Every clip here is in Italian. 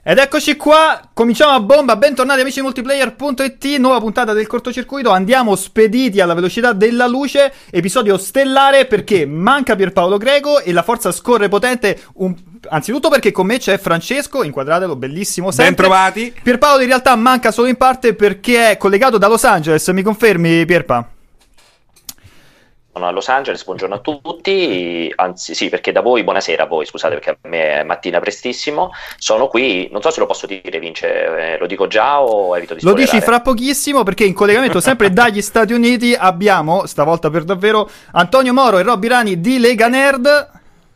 Ed eccoci qua, cominciamo a bomba, bentornati amici di multiplayer.it, nuova puntata del cortocircuito, andiamo spediti alla velocità della luce, episodio stellare perché manca Pierpaolo Greco e la forza scorre potente, anzitutto perché con me c'è Francesco, inquadratelo, bellissimo sempre. Ben trovati. Pierpaolo in realtà manca solo in parte perché è collegato da Los Angeles, mi confermi Pierpa? Sono a Los Angeles, buongiorno a tutti, anzi sì, perché da voi, buonasera a voi, scusate perché a me è mattina prestissimo, sono qui, non so se lo posso dire Vince, lo dico già o evito di spoilerare? Lo dici fra pochissimo perché in collegamento sempre dagli Stati Uniti abbiamo, stavolta per davvero, Antonio Moro e Robby Rani di Lega Nerd.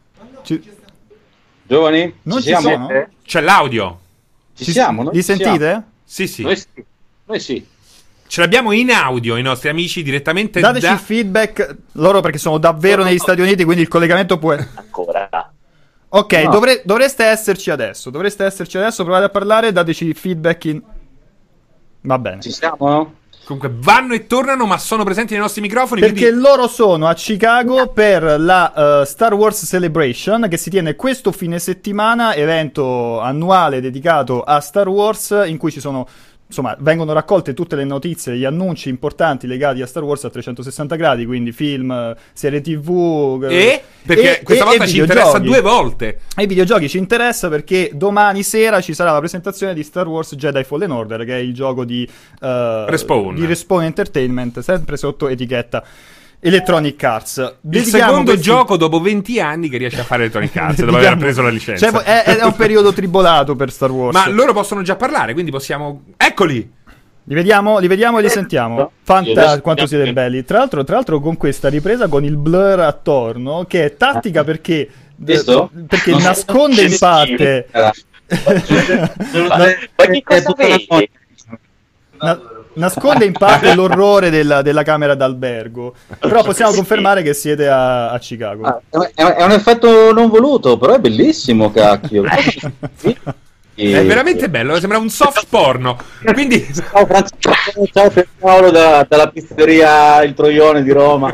Giovani? Non ci siamo? C'è l'audio. Ci siamo? Li sentite? Sì. Noi sì. Ce l'abbiamo in audio i nostri amici direttamente. Dateci feedback loro perché sono davvero negli Stati Uniti, quindi il collegamento può... Ancora. Ok, no. Dovreste esserci adesso. Provate a parlare, dateci feedback in... Va bene. Ci siamo? Comunque vanno e tornano, ma sono presenti nei nostri microfoni. Perché quindi... loro sono a Chicago per la Star Wars Celebration, che si tiene questo fine settimana, evento annuale dedicato a Star Wars, in cui ci sono... Insomma, vengono raccolte tutte le notizie, gli annunci importanti legati a Star Wars a 360 gradi, quindi film, serie TV... Perché questa volta ci interessa 2 volte. E i videogiochi ci interessa perché domani sera ci sarà la presentazione di Star Wars Jedi Fallen Order, che è il gioco di Respawn Entertainment, sempre sotto etichetta Electronic Arts. Il secondo gioco dopo 20 anni che riesce a fare Electronic Arts dopo aver preso la licenza. Cioè, è un periodo tribolato per Star Wars. Ma loro possono già parlare, quindi possiamo... Eccoli! Li vediamo e li sentiamo. Quanto siete belli. Tra l'altro con questa ripresa con il blur attorno, che è tattica perché nasconde in parte... Ma che cosa vedi? Nasconde in parte l'orrore della camera d'albergo. Però possiamo confermare che siete a Chicago. È un effetto non voluto, però è bellissimo, cacchio. È veramente bello, sembra un soft porno. Quindi... Ciao Paolo dalla pizzeria Il Troione di Roma.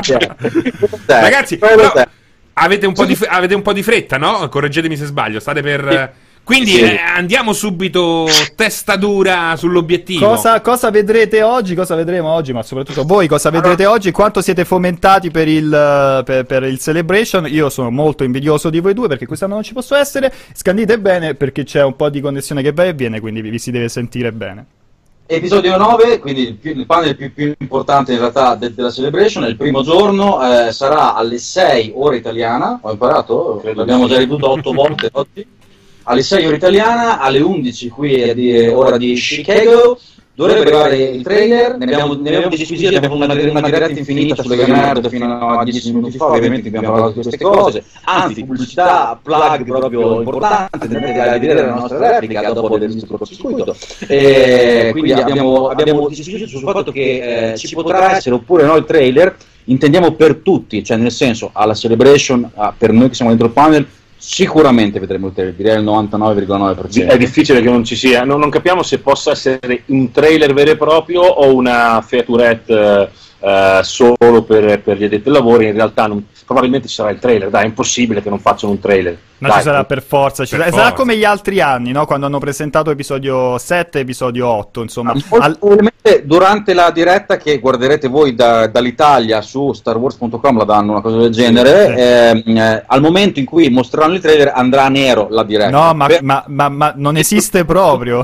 Ragazzi, avete un po' di fretta, no? Correggetemi se sbaglio, state per... Quindi andiamo subito testa dura sull'obiettivo. Cosa vedrete oggi? Cosa vedremo oggi? Ma soprattutto voi cosa vedrete oggi? Quanto siete fomentati per il Celebration? Io sono molto invidioso di voi due perché quest'anno non ci posso essere. Scandite bene perché c'è un po' di connessione che va e viene, quindi vi si deve sentire bene. Episodio 9, quindi il panel più importante in realtà della Celebration. Il primo giorno sarà alle 6 ora italiana. Ho imparato? L'abbiamo già ripetuto 8 volte oggi. Alle 6 ora italiana, alle 11 qui è ora di Chicago, dovrebbe arrivare il trailer, ne abbiamo discusso, abbiamo una diretta infinita sulle Nerd fino a 10 minuti fa, ovviamente abbiamo parlato di queste cose, anzi pubblicità, plug proprio importante, andate a vedere la nostra replica dopo del nostro cortocircuito, quindi abbiamo discusso sul fatto che ci potrà essere oppure no il trailer, intendiamo per tutti, cioè nel senso alla Celebration, per noi che siamo dentro il panel, sicuramente vedremo il trailer, direi il 99,9%. È difficile che non ci sia, non capiamo se possa essere un trailer vero e proprio o una featurette solo per gli addetti ai lavori. In realtà probabilmente ci sarà il trailer, dai, è impossibile che non facciano un trailer. No, ci sarà per forza, sarà come gli altri anni, no? Quando hanno presentato episodio 7 e episodio 8, insomma. Probabilmente durante la diretta che guarderete voi dall'Italia su starwars.com la danno una cosa del genere, sì. Al momento in cui mostreranno il trailer andrà a nero la diretta. No, ma non esiste proprio.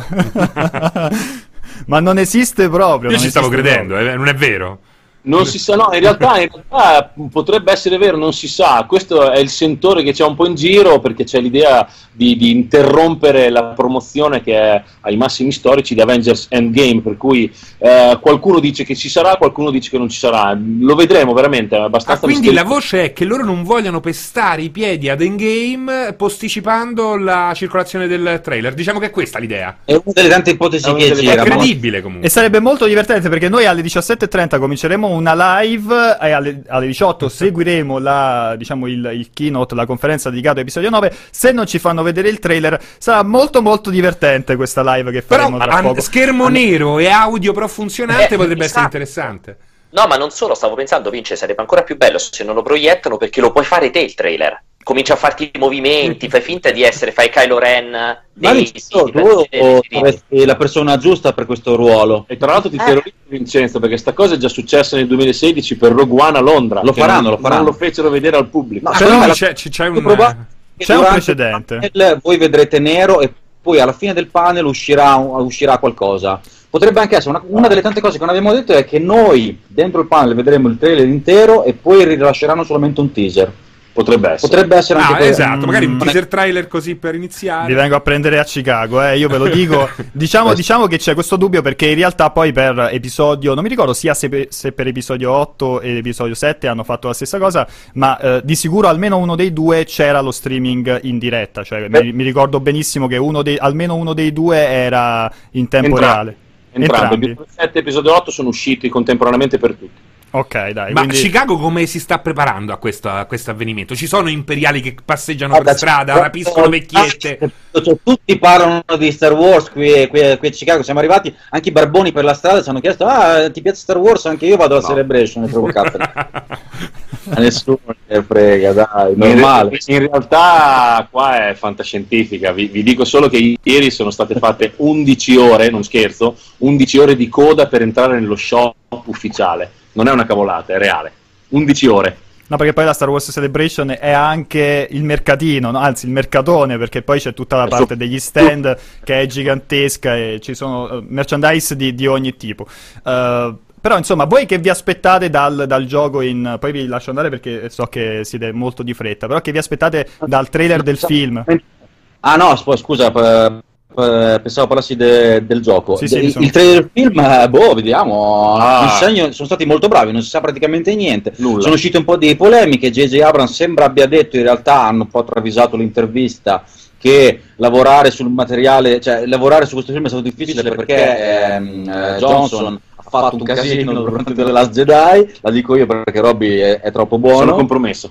Ma non esiste proprio. Io ci stavo credendo, non è vero. Non si sa, no, in realtà potrebbe essere vero, non si sa. Questo è il sentore che c'è un po' in giro, perché c'è l'idea di interrompere la promozione che è ai massimi storici di Avengers Endgame, per cui qualcuno dice che ci sarà, qualcuno dice che non ci sarà. Lo vedremo veramente, è abbastanza quindi la voce è che loro non vogliono pestare i piedi ad Endgame posticipando la circolazione del trailer. Diciamo che è questa l'idea. È una delle tante ipotesi che gira. È credibile comunque. E sarebbe molto divertente perché noi alle 17:30 cominceremo una live e alle 18 seguiremo il keynote, la conferenza dedicata all'episodio 9. Se non ci fanno vedere il trailer sarà molto molto divertente questa live che faremo tra poco. Schermo nero e audio però funzionante potrebbe essere interessante. No, ma non solo, stavo pensando, Vince, sarebbe ancora più bello se non lo proiettano, perché lo puoi fare te il trailer. comincia a farti i movimenti, fai finta di essere, fai Kylo Ren. Tu saresti la persona giusta per questo ruolo. E tra l'altro ti terrorizzo, Vincenzo, perché sta cosa è già successa nel 2016 per Rogue One a Londra. Lo faranno. Non lo fecero vedere al pubblico. C'è un precedente. Voi vedrete nero e poi alla fine del panel uscirà qualcosa. Potrebbe anche essere una delle tante cose che non abbiamo detto, è che noi dentro il panel vedremo il trailer intero e poi rilasceranno solamente un teaser. Potrebbe essere anche quello. Esatto, magari un teaser trailer così per iniziare. Vi vengo a prendere a Chicago, io ve lo dico. diciamo che c'è questo dubbio, perché in realtà poi per episodio, non mi ricordo sia se per episodio 8 e episodio 7 hanno fatto la stessa cosa, ma di sicuro almeno uno dei due c'era lo streaming in diretta, cioè mi ricordo benissimo che almeno uno dei due era in tempo reale. Entrambi. Episodio 7 e episodio 8 sono usciti contemporaneamente per tutti. Ok, dai. Ma quindi... Chicago come si sta preparando a questo avvenimento? Ci sono imperiali che passeggiano per strada, rapiscono vecchiette? Tutti parlano di Star Wars qui a Chicago. Siamo arrivati, anche i barboni per la strada ci hanno chiesto: ti piace Star Wars? Anche io vado alla Celebration. A nessuno ne frega, dai, normale. In realtà qua è fantascientifica. Vi dico solo che ieri sono state fatte 11 ore, non scherzo, 11 ore di coda per entrare nello shop ufficiale. Non è una cavolata, è reale. 11 ore. No, perché poi la Star Wars Celebration è anche il mercatino, no? Anzi il mercatone, perché poi c'è tutta la parte degli stand che è gigantesca e ci sono merchandise di ogni tipo. Però insomma, voi che vi aspettate dal gioco poi vi lascio andare perché so che siete molto di fretta, però che vi aspettate dal trailer del film? Ah no, scusa, pensavo parlassi del gioco. Sì, il trailer del film, vediamo. Sono stati molto bravi, non si sa praticamente niente. Nulla. Sono uscite un po' di polemiche. J.J. Abrams sembra abbia detto, in realtà hanno un po' travisato l'intervista, che lavorare sul materiale, cioè lavorare su questo film è stato difficile perché Johnson ha fatto un casino durante The Last Jedi. La dico io perché Robbie è troppo buono. Sono compromesso.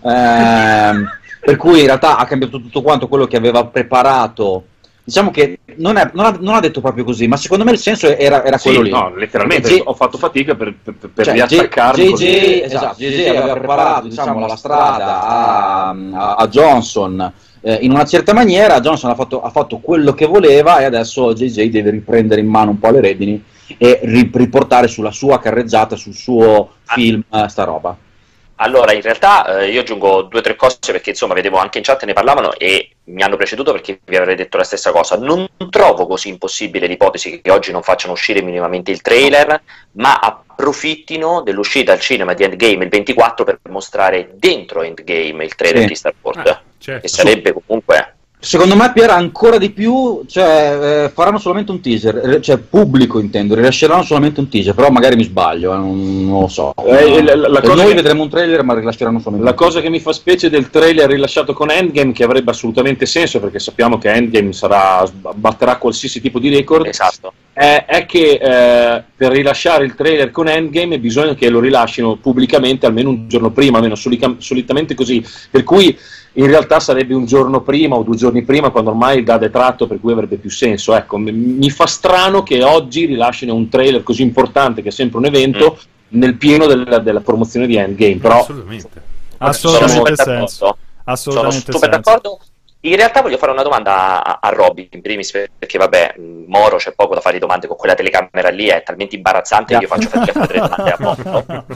Per cui in realtà ha cambiato tutto quanto quello che aveva preparato. Diciamo che non ha detto proprio così, ma secondo me il senso era quello lì. No, letteralmente ho fatto fatica per riattaccarmi. JJ aveva preparato, diciamo, la strada a Johnson in una certa maniera. Johnson ha fatto quello che voleva e adesso JJ deve riprendere in mano un po' le redini e riportare sulla sua carreggiata, sul suo film, sta roba. Allora, in realtà io aggiungo 2 o 3 cose, perché insomma vedevo anche in chat ne parlavano e mi hanno preceduto perché vi avrei detto la stessa cosa. Non trovo così impossibile l'ipotesi che oggi non facciano uscire minimamente il trailer, ma approfittino dell'uscita al cinema di Endgame il 24 per mostrare dentro Endgame il trailer di Star Wars, certo. Che sarebbe comunque... Secondo me, Pier, ancora di più, cioè faranno solamente un teaser, cioè pubblico intendo, rilasceranno solamente un teaser, però magari mi sbaglio, non lo so. Noi vedremo un trailer ma rilasceranno solamente la cosa che mi fa specie del trailer rilasciato con Endgame, che avrebbe assolutamente senso perché sappiamo che Endgame batterà qualsiasi tipo di record, esatto, è che per rilasciare il trailer con Endgame bisogna che lo rilascino pubblicamente almeno un giorno prima, almeno solitamente così, per cui in realtà sarebbe un giorno prima o 2 giorni prima, quando ormai il dado è tratto, per cui avrebbe più senso. Ecco, mi fa strano che oggi rilascino un trailer così importante, che è sempre un evento, nel pieno della promozione di Endgame. Però assolutamente senso. Assolutamente sono super d'accordo. In realtà voglio fare una domanda a Robby, in primis, perché vabbè, Moro c'è poco da fare di domande con quella telecamera lì, è talmente imbarazzante che io faccio fatica a fare domande a Moro.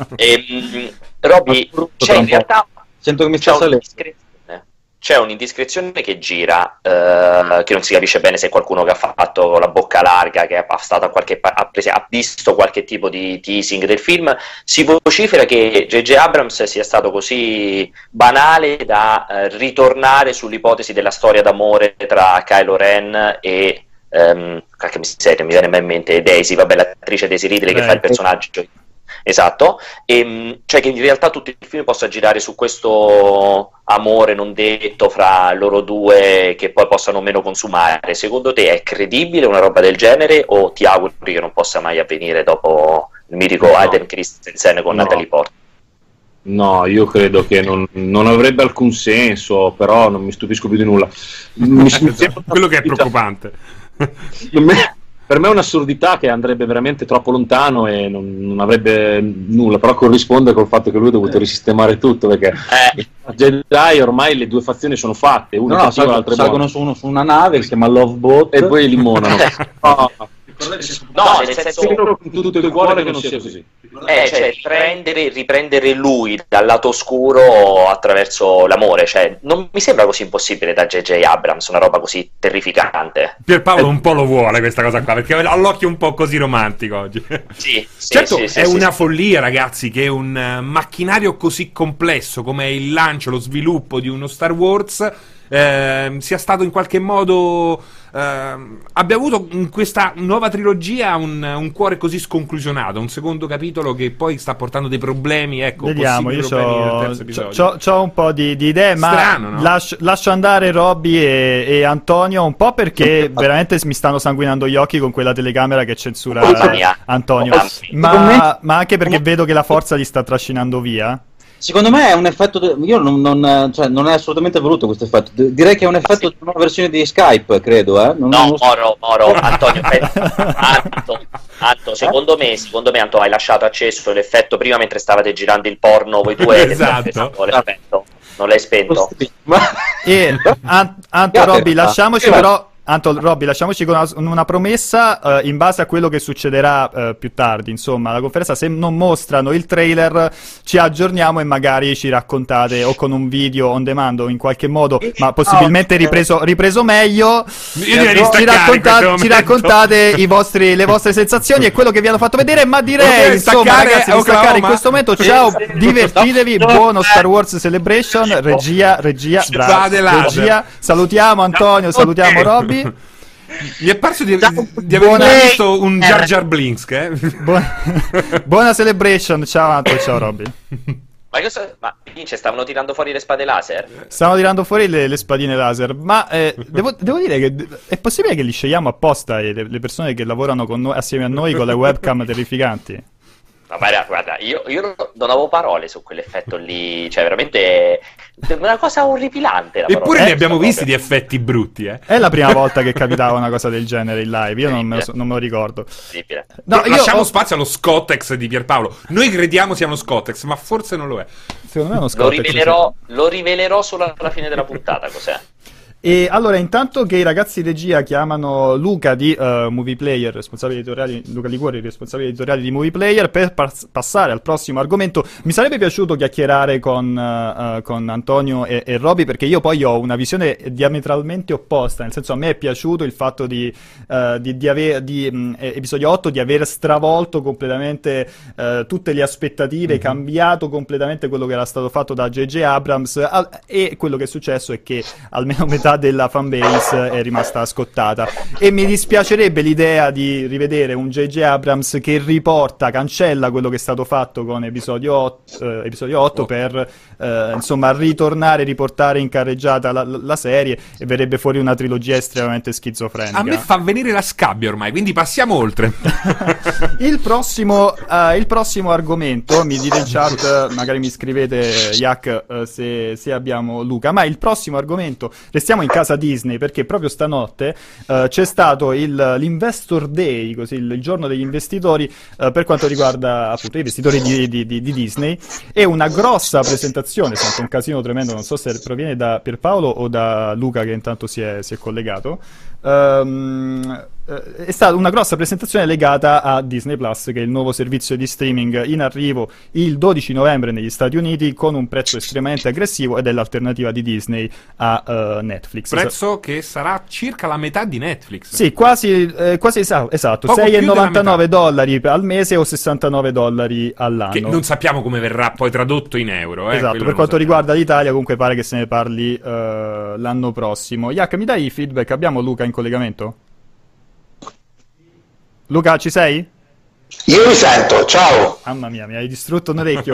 Robby, c'è in realtà... Sento che mi sta salendo. C'è un'indiscrezione che gira, che non si capisce bene se è qualcuno che ha fatto la bocca larga, che ha visto qualche tipo di teasing del film. Si vocifera che J.J. Abrams sia stato così banale da ritornare sull'ipotesi della storia d'amore tra Kylo Ren e qualche miseria, mi viene in mente Daisy, vabbè, l'attrice Daisy Ridley che fa il personaggio. Esatto, cioè che in realtà tutto il film possa girare su questo amore non detto fra loro due, che poi possano meno consumare. Secondo te è credibile una roba del genere, o ti auguri che non possa mai avvenire dopo il mitico Hayden Christensen con Natalie Portman? No, io credo che non avrebbe alcun senso, però non mi stupisco più di nulla. Quello che è preoccupante. per me è un'assurdità che andrebbe veramente troppo lontano e non avrebbe nulla, però corrisponde col fatto che lui ha dovuto risistemare tutto, perché Jedi ormai le due fazioni sono fatte, uno salgono su una nave che si chiama Love Boat e poi limonano. No, nel senso, con tutto il cuore che non sia così. cioè riprendere lui dal lato oscuro attraverso l'amore, cioè non mi sembra così impossibile da J.J. Abrams, una roba così terrificante. Pierpaolo un po' lo vuole questa cosa qua, perché ha l'occhio un po' così romantico oggi. Certo, è una follia, ragazzi, che un macchinario così complesso come è il lancio, lo sviluppo di uno Star Wars sia stato in qualche modo abbia avuto in questa nuova trilogia un cuore così sconclusionato, un secondo capitolo che poi sta portando dei problemi, ecco. Vediamo, io c'ho un po' di idee, strano, ma no? lascio andare Robby e Antonio, un po' perché veramente mi stanno sanguinando gli occhi con quella telecamera che censura Antonio, ma anche perché vedo che la forza li sta trascinando via. Secondo me è un effetto. Io non è assolutamente voluto questo effetto. Direi che è un effetto di una nuova versione di Skype, credo. Moro, Antonio, Anto, secondo me Anto, hai lasciato acceso l'effetto prima mentre stavate girando il porno voi due. Esatto. Non l'hai spento. Anto, Robby, lasciamoci però. Robby, lasciamoci con una promessa in base a quello che succederà più tardi, insomma, alla conferenza. Se non mostrano il trailer ci aggiorniamo e magari ci raccontate o con un video on demand o in qualche modo, ma possibilmente ripreso meglio, ci raccontate le vostre sensazioni e quello che vi hanno fatto vedere. Ma direi, insomma, ragazzi, di staccare in questo momento. Ciao, divertitevi, buono Star Wars Celebration, regia, salutiamo Antonio, salutiamo Robby. Mi è parso di aver visto un Jar Jar Blinks. Buona Celebration. Ciao Anto, ciao Robby. Ma Vince, stavano tirando fuori le spade laser? Stavano tirando fuori le spadine laser. Ma devo dire che è possibile che li scegliamo apposta le persone che lavorano con noi, assieme a noi, con le webcam terrificanti? Ma guarda, io non avevo parole su quell'effetto lì, cioè veramente una cosa orripilante. Eppure ne abbiamo visti di effetti brutti, È la prima volta che capitava una cosa del genere in live, io non me lo ricordo. No, lasciamo spazio allo Scottex di Pierpaolo. Noi crediamo sia uno Scottex, ma forse non lo è. Secondo me è uno Scottex. Lo rivelerò solo alla fine della puntata, cos'è? E allora, intanto che i ragazzi di regia chiamano Luca di Movie Player, responsabile editoriale, Luca Liguori, responsabile editoriale di Movie Player, per passare al prossimo argomento, mi sarebbe piaciuto chiacchierare con Antonio e Robby, perché io poi ho una visione diametralmente opposta, nel senso, a me è piaciuto il fatto di episodio 8 di aver stravolto completamente tutte le aspettative, cambiato completamente quello che era stato fatto da J.J. Abrams, e quello che è successo è che almeno metà della fanbase è rimasta scottata, e mi dispiacerebbe l'idea di rivedere un J.J. Abrams che cancella quello che è stato fatto con episodio 8 per insomma riportare in carreggiata la serie, e verrebbe fuori una trilogia estremamente schizofrenica. A me fa venire la scabbia ormai, quindi passiamo oltre. Il prossimo argomento, mi dite in chat, magari mi scrivete Yak se abbiamo Luca, ma il prossimo argomento, restiamo in casa Disney, perché proprio stanotte c'è stato l'Investor Day, così il giorno degli investitori, per quanto riguarda appunto i investitori di Disney, e una grossa presentazione, sento un casino tremendo, non so se proviene da Pierpaolo o da Luca che intanto si è collegato. È stata una grossa presentazione legata a Disney Plus, che è il nuovo servizio di streaming in arrivo il 12 novembre negli Stati Uniti, con un prezzo estremamente aggressivo, ed è l'alternativa di Disney a Netflix. Prezzo che sarà circa la metà di Netflix. Sì, quasi esatto, $6,99 al mese o $69 all'anno. Che non sappiamo come verrà poi tradotto in euro. Esatto, per quanto riguarda l'Italia comunque pare che se ne parli l'anno prossimo. Yak, mi dai feedback? Abbiamo Luca in collegamento? Luca, ci sei? Io vi sento, ciao. Mamma mia, mi hai distrutto un orecchio.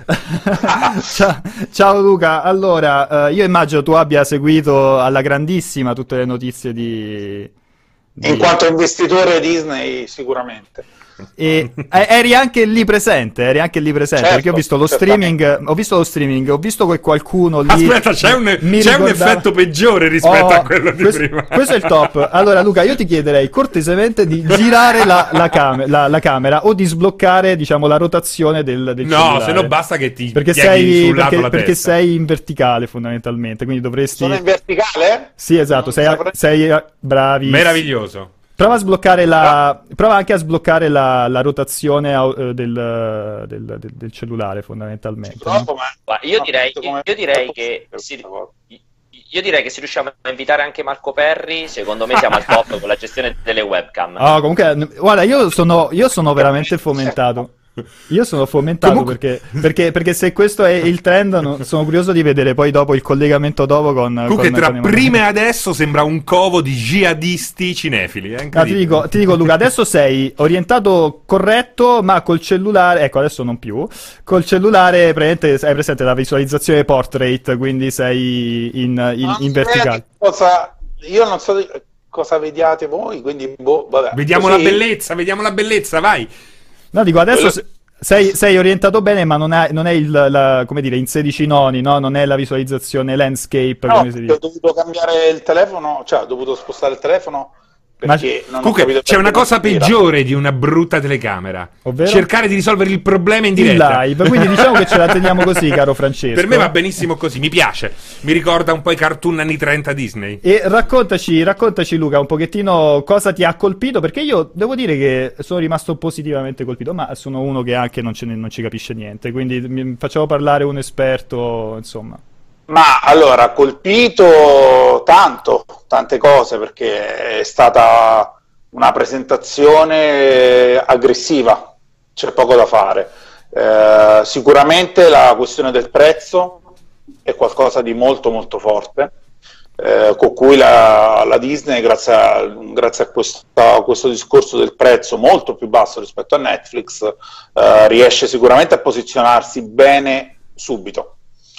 Ciao Luca, allora, io immagino tu abbia seguito alla grandissima tutte le notizie di... In quanto investitore Disney, sicuramente. eri anche lì presente, certo, perché ho visto lo streaming, ho visto che qualcuno lì... Aspetta, c'è un effetto peggiore rispetto a quello di prima. Questo è il top. Allora Luca, io ti chiederei cortesemente di girare la camera o di sbloccare, diciamo, la rotazione del cellulare. No, se no basta che ti perché pieghi sul lato la perché testa. sei in verticale fondamentalmente, quindi dovresti... Sono in verticale? Sì, esatto, sei bravi. Meraviglioso. Prova anche a sbloccare la rotazione del cellulare fondamentalmente. Ma io direi che se riusciamo a invitare anche Marco Perri, secondo me siamo al top con la gestione delle webcam. Comunque, guarda, io sono veramente fomentato. Io sono fomentato perché se questo è il trend, sono curioso di vedere poi dopo il collegamento dopo comunque tra prima e adesso sembra un covo di jihadisti cinefili. Ti dico Luca, adesso sei orientato corretto, ma col cellulare, ecco adesso non più, col cellulare praticamente hai presente la visualizzazione portrait, quindi sei in verticale. Io non so cosa vediate voi, quindi vabbè. Vediamo la bellezza, vai. No, dico, adesso sei orientato bene, ma non è il come dire, in 16 noni, no? Non è la visualizzazione landscape, come si dice. Ho dovuto cambiare il telefono, cioè ho dovuto spostare il telefono perché non ho capito. C'è una cosa peggiore di una brutta telecamera, ovvero cercare di risolvere il problema in diretta. In live, quindi diciamo che ce la teniamo così, caro Francesco. Per me va benissimo così, mi piace. Mi ricorda un po' i cartoon anni 30 Disney. E raccontaci Luca un pochettino cosa ti ha colpito, perché io devo dire che sono rimasto positivamente colpito, ma sono uno che anche non ci capisce niente, quindi facciamo parlare un esperto, insomma. Ma allora, colpito tante cose, perché è stata una presentazione aggressiva, c'è poco da fare. Sicuramente la questione del prezzo è qualcosa di molto molto forte, con cui la Disney, grazie a questo discorso del prezzo molto più basso rispetto a Netflix, riesce sicuramente a posizionarsi bene subito.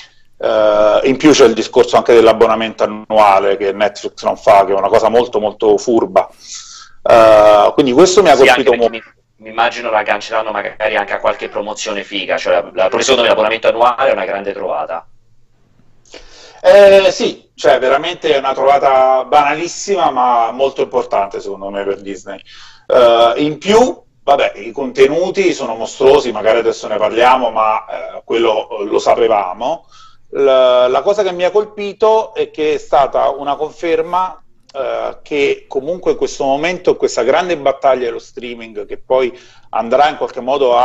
In più c'è il discorso anche dell'abbonamento annuale che Netflix non fa, che è una cosa molto molto furba, quindi questo mi ha colpito molto. Mi immagino la cancelleranno magari anche a qualche promozione figa, cioè secondo me l'abbonamento annuale è una grande trovata. Sì, cioè veramente è una trovata banalissima ma molto importante secondo me per Disney. In più, vabbè, i contenuti sono mostruosi, magari adesso ne parliamo, ma quello lo sapevamo. La cosa che mi ha colpito è che è stata una conferma che comunque in questo momento, questa grande battaglia dello streaming, che poi andrà in qualche modo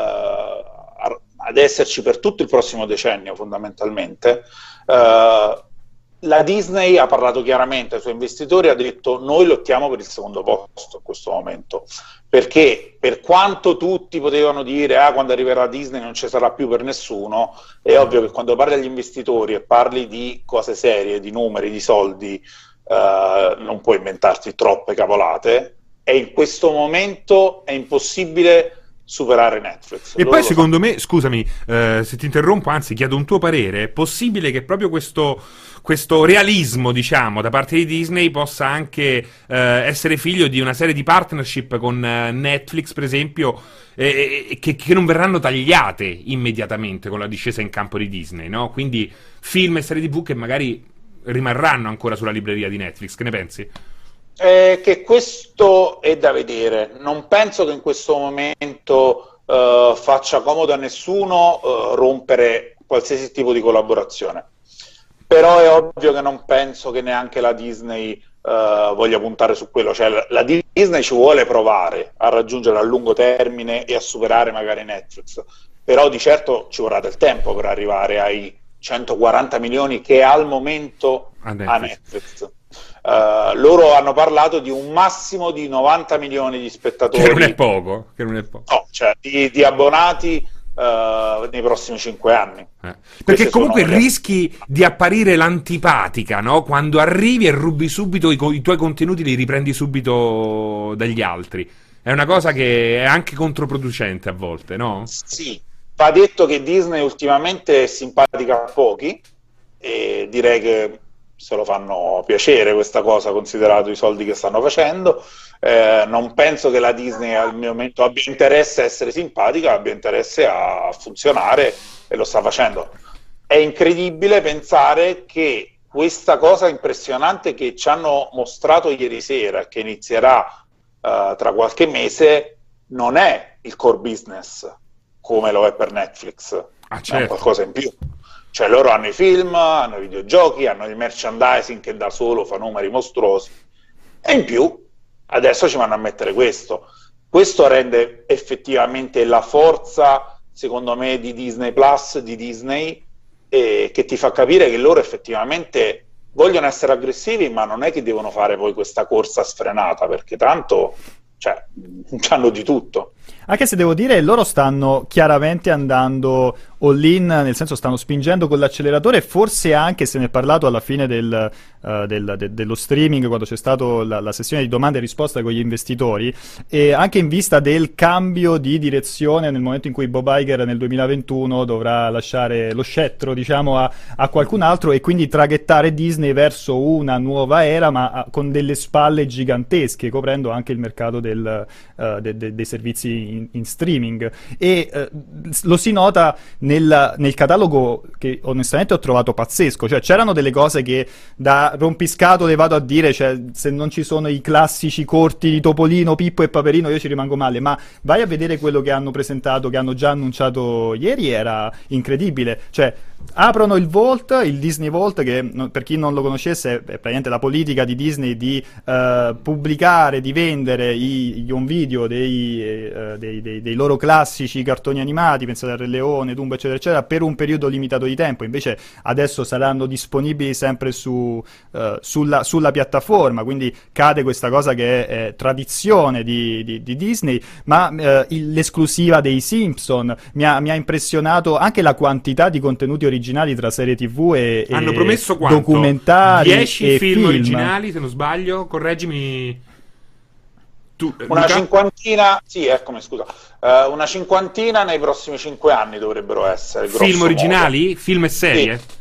ad esserci per tutto il prossimo decennio fondamentalmente, la Disney ha parlato chiaramente ai suoi investitori, ha detto: noi lottiamo per il secondo posto in questo momento, perché per quanto tutti potevano dire quando arriverà Disney non ci sarà più per nessuno, è ovvio che quando parli agli investitori e parli di cose serie, di numeri, di soldi, non puoi inventarti troppe cavolate, e in questo momento è impossibile superare Netflix. E poi secondo me, scusami se ti interrompo, anzi chiedo un tuo parere, è possibile che proprio questo realismo, diciamo, da parte di Disney possa anche essere figlio di una serie di partnership con Netflix, per esempio, che non verranno tagliate immediatamente con la discesa in campo di Disney, no? Quindi film e serie TV che magari rimarranno ancora sulla libreria di Netflix, che ne pensi? Che questo è da vedere. Non penso che in questo momento faccia comodo a nessuno rompere qualsiasi tipo di collaborazione, però è ovvio che non penso che neanche la Disney voglia puntare su quello, cioè la Disney ci vuole provare a raggiungere a lungo termine e a superare magari Netflix, però di certo ci vorrà del tempo per arrivare ai 140 milioni che è al momento a Netflix. Loro hanno parlato di un massimo di 90 milioni di spettatori, che non è poco. No, cioè di abbonati nei prossimi 5 anni. Perché comunque rischi di apparire l'antipatica, no? Quando arrivi e rubi subito i tuoi contenuti, li riprendi subito dagli altri. È una cosa che è anche controproducente a volte, no? Sì, va detto che Disney ultimamente è simpatica a pochi, e direi che se lo fanno piacere questa cosa, considerato i soldi che stanno facendo. Non penso che la Disney al momento abbia interesse a essere simpatica, abbia interesse a funzionare, e lo sta facendo. È incredibile pensare che questa cosa impressionante che ci hanno mostrato ieri sera, che inizierà tra qualche mese, non è il core business come lo è per Netflix, certo. È qualcosa in più. Cioè loro hanno i film, hanno i videogiochi, hanno il merchandising che da solo fa numeri mostruosi, e in più adesso ci vanno a mettere questo. Questo rende effettivamente la forza, secondo me, di Disney Plus, di Disney, che ti fa capire che loro effettivamente vogliono essere aggressivi, ma non è che devono fare poi questa corsa sfrenata, perché tanto hanno di tutto. Anche se devo dire, loro stanno chiaramente andando all-in, nel senso stanno spingendo con l'acceleratore, forse anche se ne è parlato alla fine dello streaming, quando c'è stata la sessione di domande e risposte con gli investitori, e anche in vista del cambio di direzione nel momento in cui Bob Iger nel 2021 dovrà lasciare lo scettro, diciamo, a qualcun altro, e quindi traghettare Disney verso una nuova era, ma con delle spalle gigantesche, coprendo anche il mercato dei servizi in streaming. E lo si nota nel catalogo, che onestamente ho trovato pazzesco. Cioè c'erano delle cose che da rompiscatole vado a dire, cioè se non ci sono i classici corti di Topolino, Pippo e Paperino io ci rimango male, ma vai a vedere quello che hanno presentato, che hanno già annunciato ieri, era incredibile. Cioè aprono il Vault, il Disney Vault, che per chi non lo conoscesse è praticamente la politica di Disney di pubblicare, di vendere gli home video dei loro classici cartoni animati, pensate a Re Leone, Dumbo eccetera eccetera, per un periodo limitato di tempo. Invece adesso saranno disponibili sempre sulla piattaforma, quindi cade questa cosa che è tradizione di Disney. Ma l'esclusiva dei Simpson mi ha impressionato, anche la quantità di contenuti originali tra serie TV e hanno promesso quanto? Documentari 10 film originali, se non sbaglio, correggimi tu, una Luca? Cinquantina, sì, eccomi, scusa, una cinquantina nei prossimi 5 anni dovrebbero essere. Film originali? Modo. Film e serie? Sì.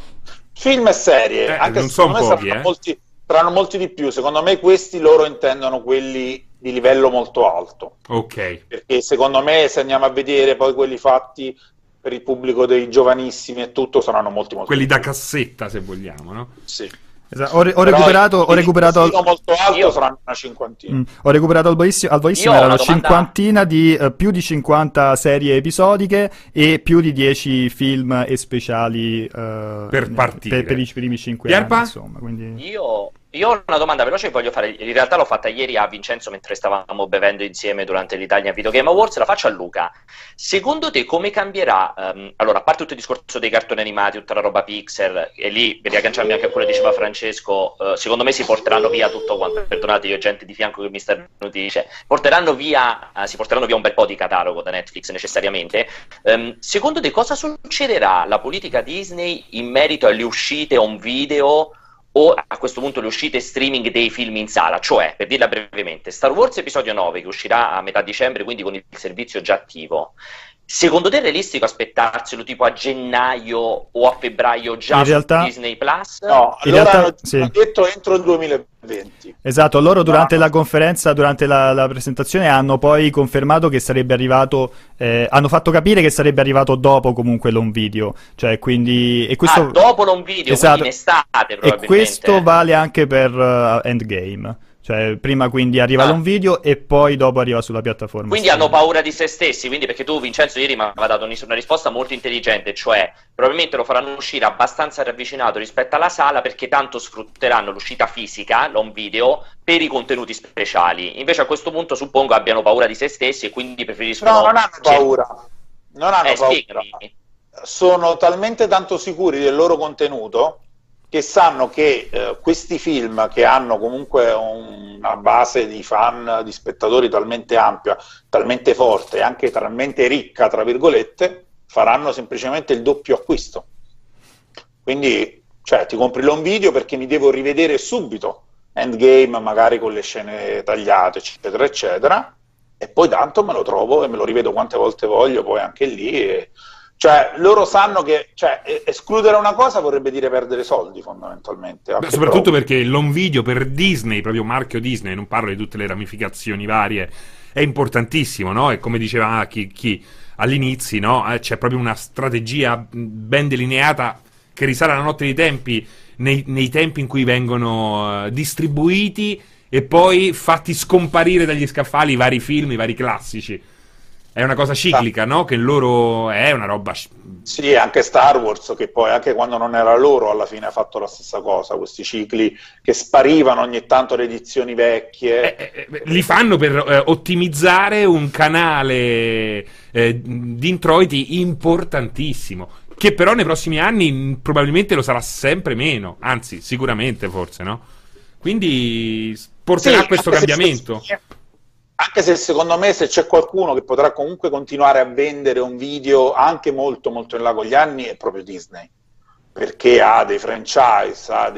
Film e serie, anche non se sono secondo pochi, me saranno molti di più. Secondo me questi loro intendono quelli di livello molto alto. Ok. Perché secondo me, se andiamo a vedere poi quelli fatti per il pubblico dei giovanissimi e tutto, saranno molti quelli da cassetta, se vogliamo, no? Sì. Esatto. Ho recuperato molto alto, saranno una cinquantina. Ho recuperato al Voissimo, erano cinquantina di più di 50 serie episodiche e più di 10 film e speciali per partire per i primi 5 anni, insomma, quindi... Io ho una domanda veloce che voglio fare, in realtà l'ho fatta ieri a Vincenzo mentre stavamo bevendo insieme durante l'Italia Video Game Awards, la faccio a Luca. Secondo te come cambierà, allora, a parte tutto il discorso dei cartoni animati, tutta la roba Pixar, e lì per riagganciarmi anche a quello che diceva Francesco, secondo me si porteranno via tutto quanto, perdonate, io ho gente di fianco che mi sta dice, si porteranno via un bel po' di catalogo da Netflix necessariamente. Secondo te cosa succederà alla politica Disney in merito alle uscite on video o a questo punto le uscite streaming dei film in sala? Cioè, per dirla brevemente, Star Wars episodio 9 che uscirà a metà dicembre, quindi con il servizio già attivo, secondo te è realistico aspettarselo tipo a gennaio o a febbraio già su Disney Plus? No, allora hanno detto entro il 2020. Esatto, loro durante la conferenza, durante la presentazione hanno poi confermato che sarebbe arrivato, hanno fatto capire che sarebbe arrivato dopo comunque l'home video, cioè quindi... E questo, dopo l'home video, esatto, quindi in estate probabilmente. E questo vale anche per Endgame. Cioè, prima quindi arriva l'home video e poi dopo arriva sulla piattaforma. Quindi hanno paura di se stessi, quindi, perché tu, Vincenzo, ieri mi aveva dato una risposta molto intelligente, cioè probabilmente lo faranno uscire abbastanza ravvicinato rispetto alla sala, perché tanto sfrutteranno l'uscita fisica, l'home video, per i contenuti speciali. Invece a questo punto suppongo abbiano paura di se stessi e quindi preferiscono... No, non hanno paura. Non hanno paura. Spiegami. Sono talmente tanto sicuri del loro contenuto che sanno che questi film, che hanno comunque una base di fan, di spettatori talmente ampia, talmente forte e anche talmente ricca, tra virgolette, faranno semplicemente il doppio acquisto. Quindi, cioè, ti compri l'home video perché mi devo rivedere subito Endgame, magari con le scene tagliate, eccetera, eccetera, e poi tanto me lo trovo e me lo rivedo quante volte voglio, poi anche lì... Cioè, loro sanno che escludere una cosa vorrebbe dire perdere soldi, fondamentalmente. Beh, soprattutto perché l'home video per Disney, proprio marchio Disney, non parlo di tutte le ramificazioni varie, è importantissimo, no? E come diceva chi all'inizio, no? C'è proprio una strategia ben delineata che risale alla notte dei tempi, nei tempi in cui vengono distribuiti e poi fatti scomparire dagli scaffali i vari film, i vari classici. È una cosa ciclica, no? Che loro è una roba... Sì, anche Star Wars, che poi anche quando non era loro alla fine ha fatto la stessa cosa, questi cicli che sparivano ogni tanto le edizioni vecchie. Li fanno per ottimizzare un canale di introiti importantissimo, che però nei prossimi anni probabilmente lo sarà sempre meno, anzi sicuramente forse, no? Quindi porterà questo cambiamento. Anche se secondo me se c'è qualcuno che potrà comunque continuare a vendere un video anche molto molto in là con gli anni è proprio Disney, perché ha dei franchise, ha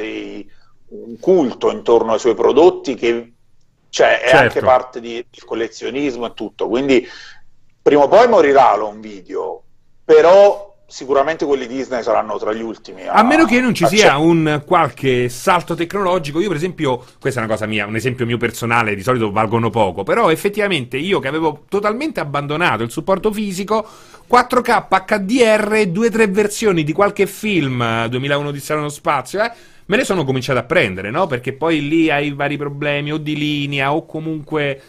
un culto intorno ai suoi prodotti che è anche parte del collezionismo e tutto, quindi prima o poi morirà l'home video, però sicuramente quelli Disney saranno tra gli ultimi. A meno che non ci sia un qualche salto tecnologico. Io per esempio, questa è una cosa mia, un esempio mio personale, di solito valgono poco, però effettivamente io che avevo totalmente abbandonato il supporto fisico, 4K HDR, 2-3 versioni di qualche film, 2001 Odissea nello spazio, me ne sono cominciato a prendere, no? Perché poi lì hai vari problemi o di linea o comunque...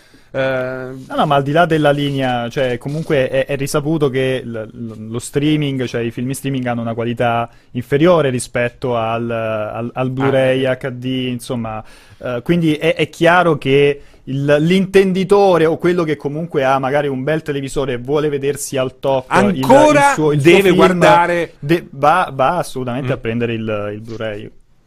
No, ma al di là della linea, cioè comunque è risaputo che lo streaming, cioè i film in streaming hanno una qualità inferiore rispetto al Blu-ray HD, insomma, quindi è chiaro che l'intenditore o quello che comunque ha magari un bel televisore e vuole vedersi al top ancora il deve suo film, guardare va assolutamente a prendere il Blu-ray.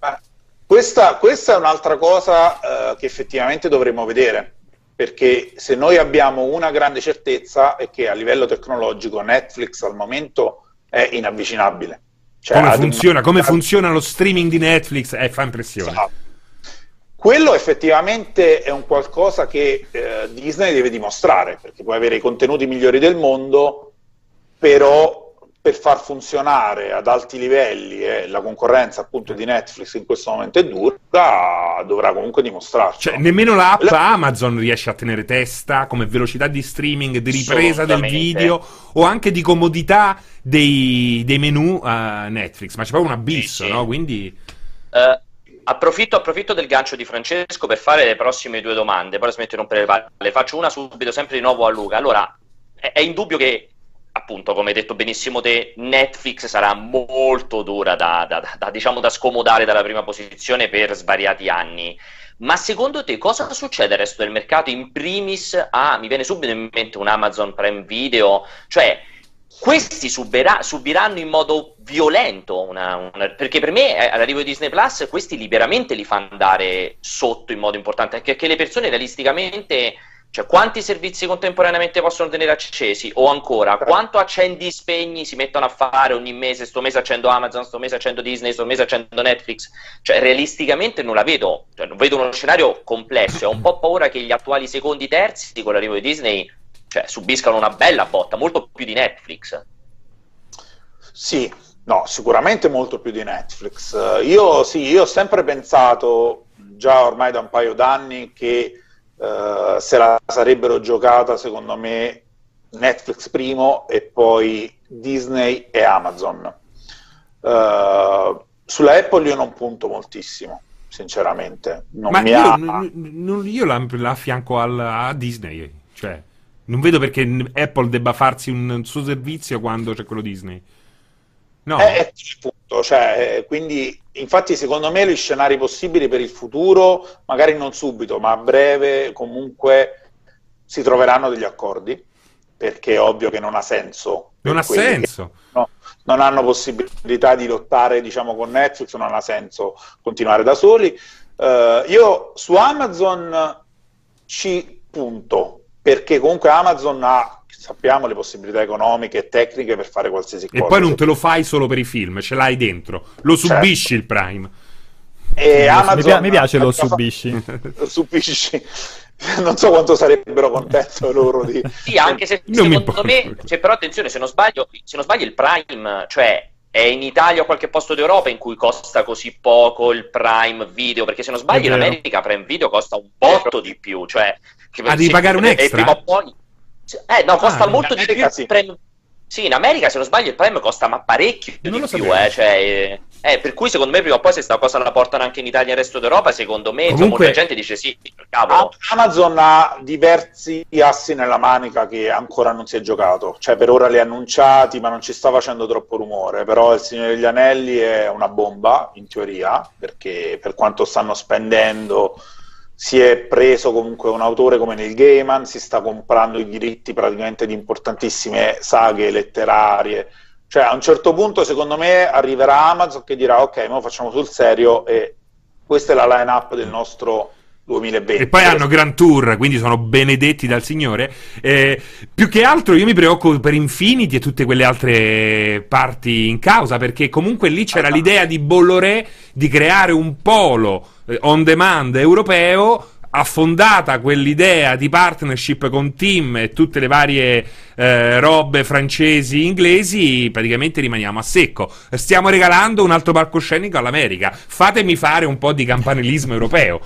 Questa è un'altra cosa che effettivamente dovremmo vedere, perché se noi abbiamo una grande certezza è che a livello tecnologico Netflix al momento è inavvicinabile. Cioè, come funziona lo streaming di Netflix fa impressione. Esatto. Quello effettivamente è un qualcosa che Disney deve dimostrare, perché puoi avere i contenuti migliori del mondo, però per far funzionare ad alti livelli la concorrenza appunto di Netflix in questo momento è dura, dovrà comunque dimostrarci. Cioè, nemmeno l'app Amazon riesce a tenere testa come velocità di streaming, di ripresa del video o anche di comodità dei menu a Netflix, ma c'è proprio un abisso, no? Quindi... Approfitto del gancio di Francesco per fare le prossime due domande, poi smetto di rompere le palle. Le faccio una subito, sempre di nuovo a Luca. Allora, è indubbio che, appunto, come hai detto benissimo te, Netflix sarà molto dura da scomodare dalla prima posizione per svariati anni. Ma secondo te cosa succede al resto del mercato? In primis, mi viene subito in mente un Amazon Prime Video, cioè questi subiranno in modo violento perché per me all'arrivo di Disney Plus questi liberamente li fa andare sotto in modo importante, anche perché le persone realisticamente, cioè quanti servizi contemporaneamente possono tenere accesi, o ancora quanto accendi spegni si mettono a fare ogni mese, sto mese accendo Amazon, sto mese accendo Disney, sto mese accendo Netflix, cioè realisticamente non la vedo, cioè, non vedo uno scenario complesso, ho un po' paura che gli attuali secondi terzi con l'arrivo di Disney subiscano una bella botta, molto più di Netflix. Sì, no, sicuramente molto più di Netflix. Io ho sempre pensato, già ormai da un paio d'anni, che se la sarebbero giocata, secondo me, Netflix primo e poi Disney e Amazon. Sulla Apple io non punto moltissimo, sinceramente. Io la affianco a Disney, cioè non vedo perché Apple debba farsi un suo servizio quando c'è quello Disney. No. Appunto, quindi infatti secondo me gli scenari possibili per il futuro, magari non subito, ma a breve comunque si troveranno degli accordi, perché è ovvio che non ha senso. Non ha senso. Non hanno possibilità di lottare, diciamo, con Netflix, non ha senso continuare da soli. Io su Amazon ci punto, perché comunque Amazon ha, sappiamo, le possibilità economiche e tecniche per fare qualsiasi cosa. E poi non te lo fai solo per i film, ce l'hai dentro, lo subisci il Prime. E Amazon mi piace lo subisci. Subisci. Non so quanto sarebbero contenti loro di... Sì, anche se secondo me, cioè, però attenzione, se non sbaglio il Prime, cioè è in Italia o qualche posto d'Europa in cui costa così poco il Prime Video, perché se non sbaglio in America Prime Video costa un botto di più, cioè devi pagare un extra? Prima o poi... no, costa molto di più. Sì. Sì, in America se non sbaglio il Prime costa ma parecchio di più, cioè, per cui secondo me prima o poi se sta cosa la portano anche in Italia e nel resto d'Europa, secondo me molta gente dice sì, cavolo. Amazon ha diversi assi nella manica che ancora non si è giocato, cioè per ora li ha annunciati ma non ci sta facendo troppo rumore, però il Signore degli Anelli è una bomba in teoria, perché per quanto stanno spendendo si è preso comunque un autore come Neil Gaiman, si sta comprando i diritti praticamente di importantissime saghe letterarie, cioè a un certo punto secondo me arriverà Amazon che dirà ok, noi facciamo sul serio e questa è la line-up del nostro 2020. E poi hanno Grand Tour, quindi sono benedetti dal Signore. Più che altro io mi preoccupo per Infinity e tutte quelle altre parti in causa, perché comunque lì c'era l'idea di Bolloré di creare un polo on demand europeo, affondata quell'idea di partnership con Team e tutte le varie robe francesi, inglesi, praticamente rimaniamo a secco. Stiamo regalando un altro palcoscenico all'America, fatemi fare un po' di campanilismo europeo.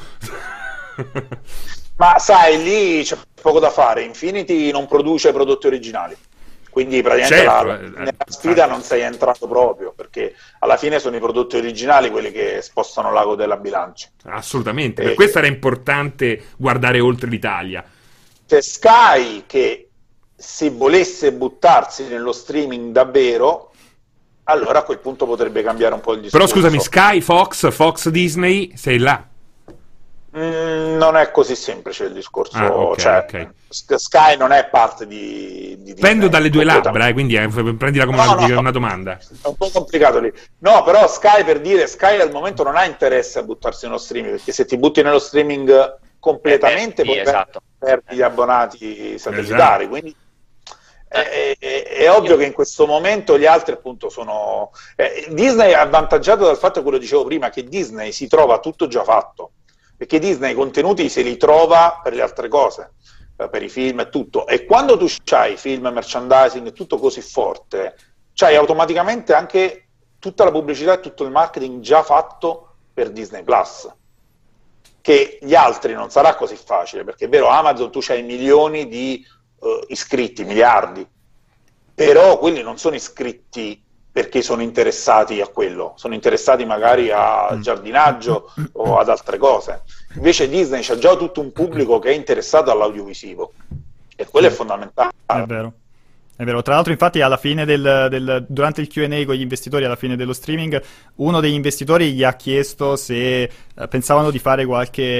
Ma sai, lì c'è poco da fare. Infinity non produce prodotti originali, quindi praticamente nella sfida non sei entrato proprio, perché alla fine sono i prodotti originali quelli che spostano l'ago della bilancia. Assolutamente, per questo era importante guardare oltre l'Italia. C'è Sky che se volesse buttarsi nello streaming davvero, allora a quel punto potrebbe cambiare un po' il discorso. Però scusami, Sky, Fox, Disney, sei là? Non è così semplice il discorso, okay. Sky non è parte di Disney. Prendo dalle due labbra, quindi prendila come una domanda. È un po' complicato lì. No, però Sky, per dire, Sky al momento non ha interesse a buttarsi nello streaming, perché se ti butti nello streaming completamente poi perdi gli abbonati satellitari, quindi è ovvio che in questo momento gli altri appunto sono... Disney è avvantaggiato dal fatto, quello dicevo prima, che Disney si trova tutto già fatto, perché Disney i contenuti se li trova per le altre cose, per i film e tutto, e quando tu c'hai film, merchandising e tutto così forte, c'hai automaticamente anche tutta la pubblicità e tutto il marketing già fatto per Disney Plus, che gli altri non sarà così facile, perché è vero, Amazon tu c'hai milioni di iscritti, miliardi, però quelli non sono iscritti perché sono interessati a quello, sono interessati magari a giardinaggio o ad altre cose. Invece Disney c'ha già tutto un pubblico che è interessato all'audiovisivo e quello è fondamentale. È vero. È vero, tra l'altro infatti alla fine durante il Q&A con gli investitori, alla fine dello streaming, uno degli investitori gli ha chiesto se pensavano di fare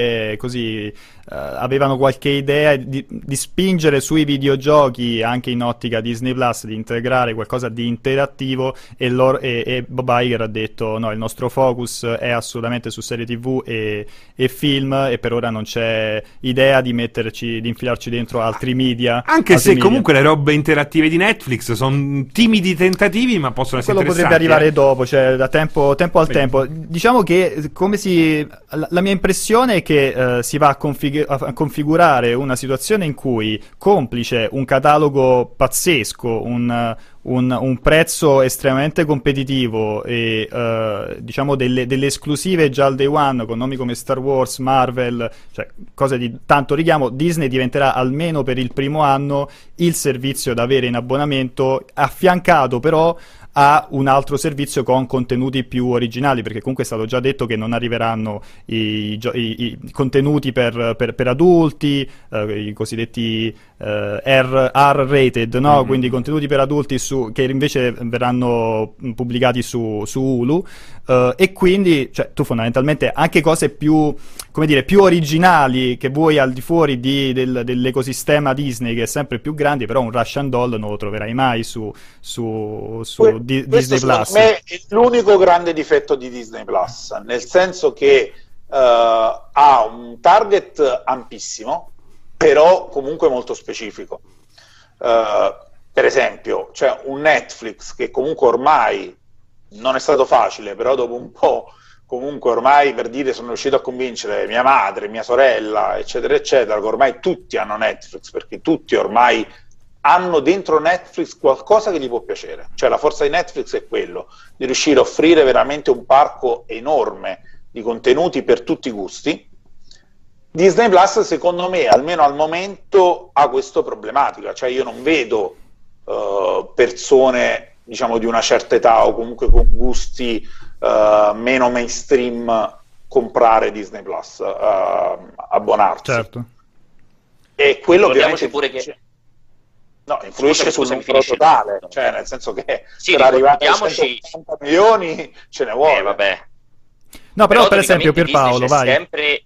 avevano qualche idea di spingere sui videogiochi anche in ottica Disney Plus, di integrare qualcosa di interattivo, e Bob Iger ha detto no, il nostro focus è assolutamente su serie TV e film, e per ora non c'è idea di infilarci dentro altri media. Anche se comunque le robe interattive di Netflix sono timidi tentativi, ma possono essere quello potrebbe arrivare dopo, cioè da tempo al tempo. Diciamo che la mia impressione è che si va a configurare una situazione in cui, complice un catalogo pazzesco, un prezzo estremamente competitivo e diciamo delle esclusive già al day one con nomi come Star Wars, Marvel, cioè cose di tanto richiamo, Disney diventerà almeno per il primo anno il servizio da avere in abbonamento, affiancato però a un altro servizio con contenuti più originali, perché comunque è stato già detto che non arriveranno i contenuti per adulti, i cosiddetti R-rated, no? Mm-hmm. Quindi contenuti per adulti che invece verranno pubblicati su Hulu, e quindi cioè, tu fondamentalmente anche cose più, come dire, più originali che vuoi al di fuori dell'ecosistema Disney, che è sempre più grande, però un Russian Doll non lo troverai mai su Disney Plus. Secondo me è l'unico grande difetto di Disney Plus, nel senso che ha un target ampissimo, però comunque molto specifico. Per esempio, c'è un Netflix che comunque ormai non è stato facile, però dopo un po' comunque ormai, per dire, sono riuscito a convincere mia madre, mia sorella, eccetera, eccetera, che ormai tutti hanno Netflix, perché tutti ormai hanno dentro Netflix qualcosa che gli può piacere. Cioè la forza di Netflix è quello, di riuscire a offrire veramente un parco enorme di contenuti per tutti i gusti. Disney Plus, secondo me, almeno al momento, ha questa problematica. Cioè io non vedo persone, diciamo, di una certa età o comunque con gusti meno mainstream comprare Disney Plus, abbonarsi. Certo. E quello Ricordiamoci ovviamente pure che influisce sul numero totale, cioè nel senso che per arrivare a 180 milioni ce ne vuole. Vabbè. No, però per esempio Pierpaolo, vai. Sempre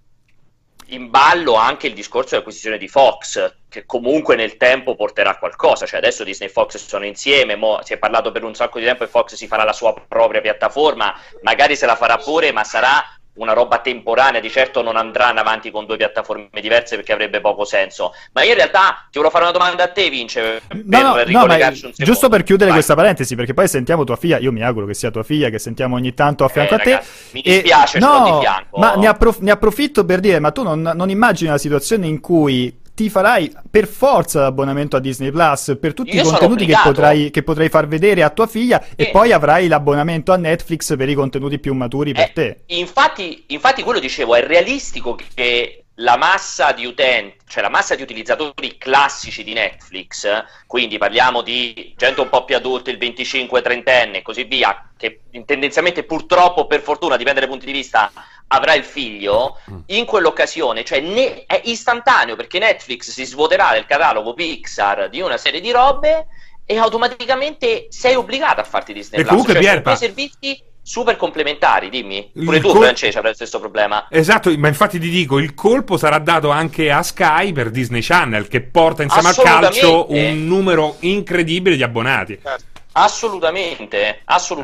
in ballo anche il discorso dell'acquisizione di Fox, che comunque nel tempo porterà qualcosa. Cioè adesso Disney e Fox sono insieme, si è parlato per un sacco di tempo e Fox si farà la sua propria piattaforma, magari se la farà pure, ma sarà una roba temporanea, di certo non andranno avanti con due piattaforme diverse perché avrebbe poco senso. Ma io in realtà ti volevo fare una domanda a te, Vince, per ricollegarci un secondo. Giusto per chiudere questa parentesi, perché poi sentiamo tua figlia, io mi auguro che sia tua figlia, che sentiamo ogni tanto a fianco a te. Mi dispiace, sto di fianco. Ma ne approfitto per dire, ma tu non immagini una situazione in cui ti farai per forza l'abbonamento a Disney Plus per tutti i contenuti che potrai far vedere a tua figlia e poi avrai l'abbonamento a Netflix per i contenuti più maturi per te. Infatti quello dicevo, è realistico che la massa di utenti, cioè la massa di utilizzatori classici di Netflix, quindi parliamo di gente un po' più adulta, il 25-30enne e così via, che tendenzialmente purtroppo, per fortuna, dipende dai punti di vista, avrà il figlio, in quell'occasione, cioè è istantaneo, perché Netflix si svuoterà del catalogo Pixar di una serie di robe e automaticamente sei obbligato a farti Disney Plus. Comunque, cioè, sono due servizi super complementari, dimmi. Pure tu, Francesca, avrai lo stesso problema. Esatto, ma infatti ti dico, il colpo sarà dato anche a Sky per Disney Channel, che porta insieme al calcio un numero incredibile di abbonati. Assolutamente,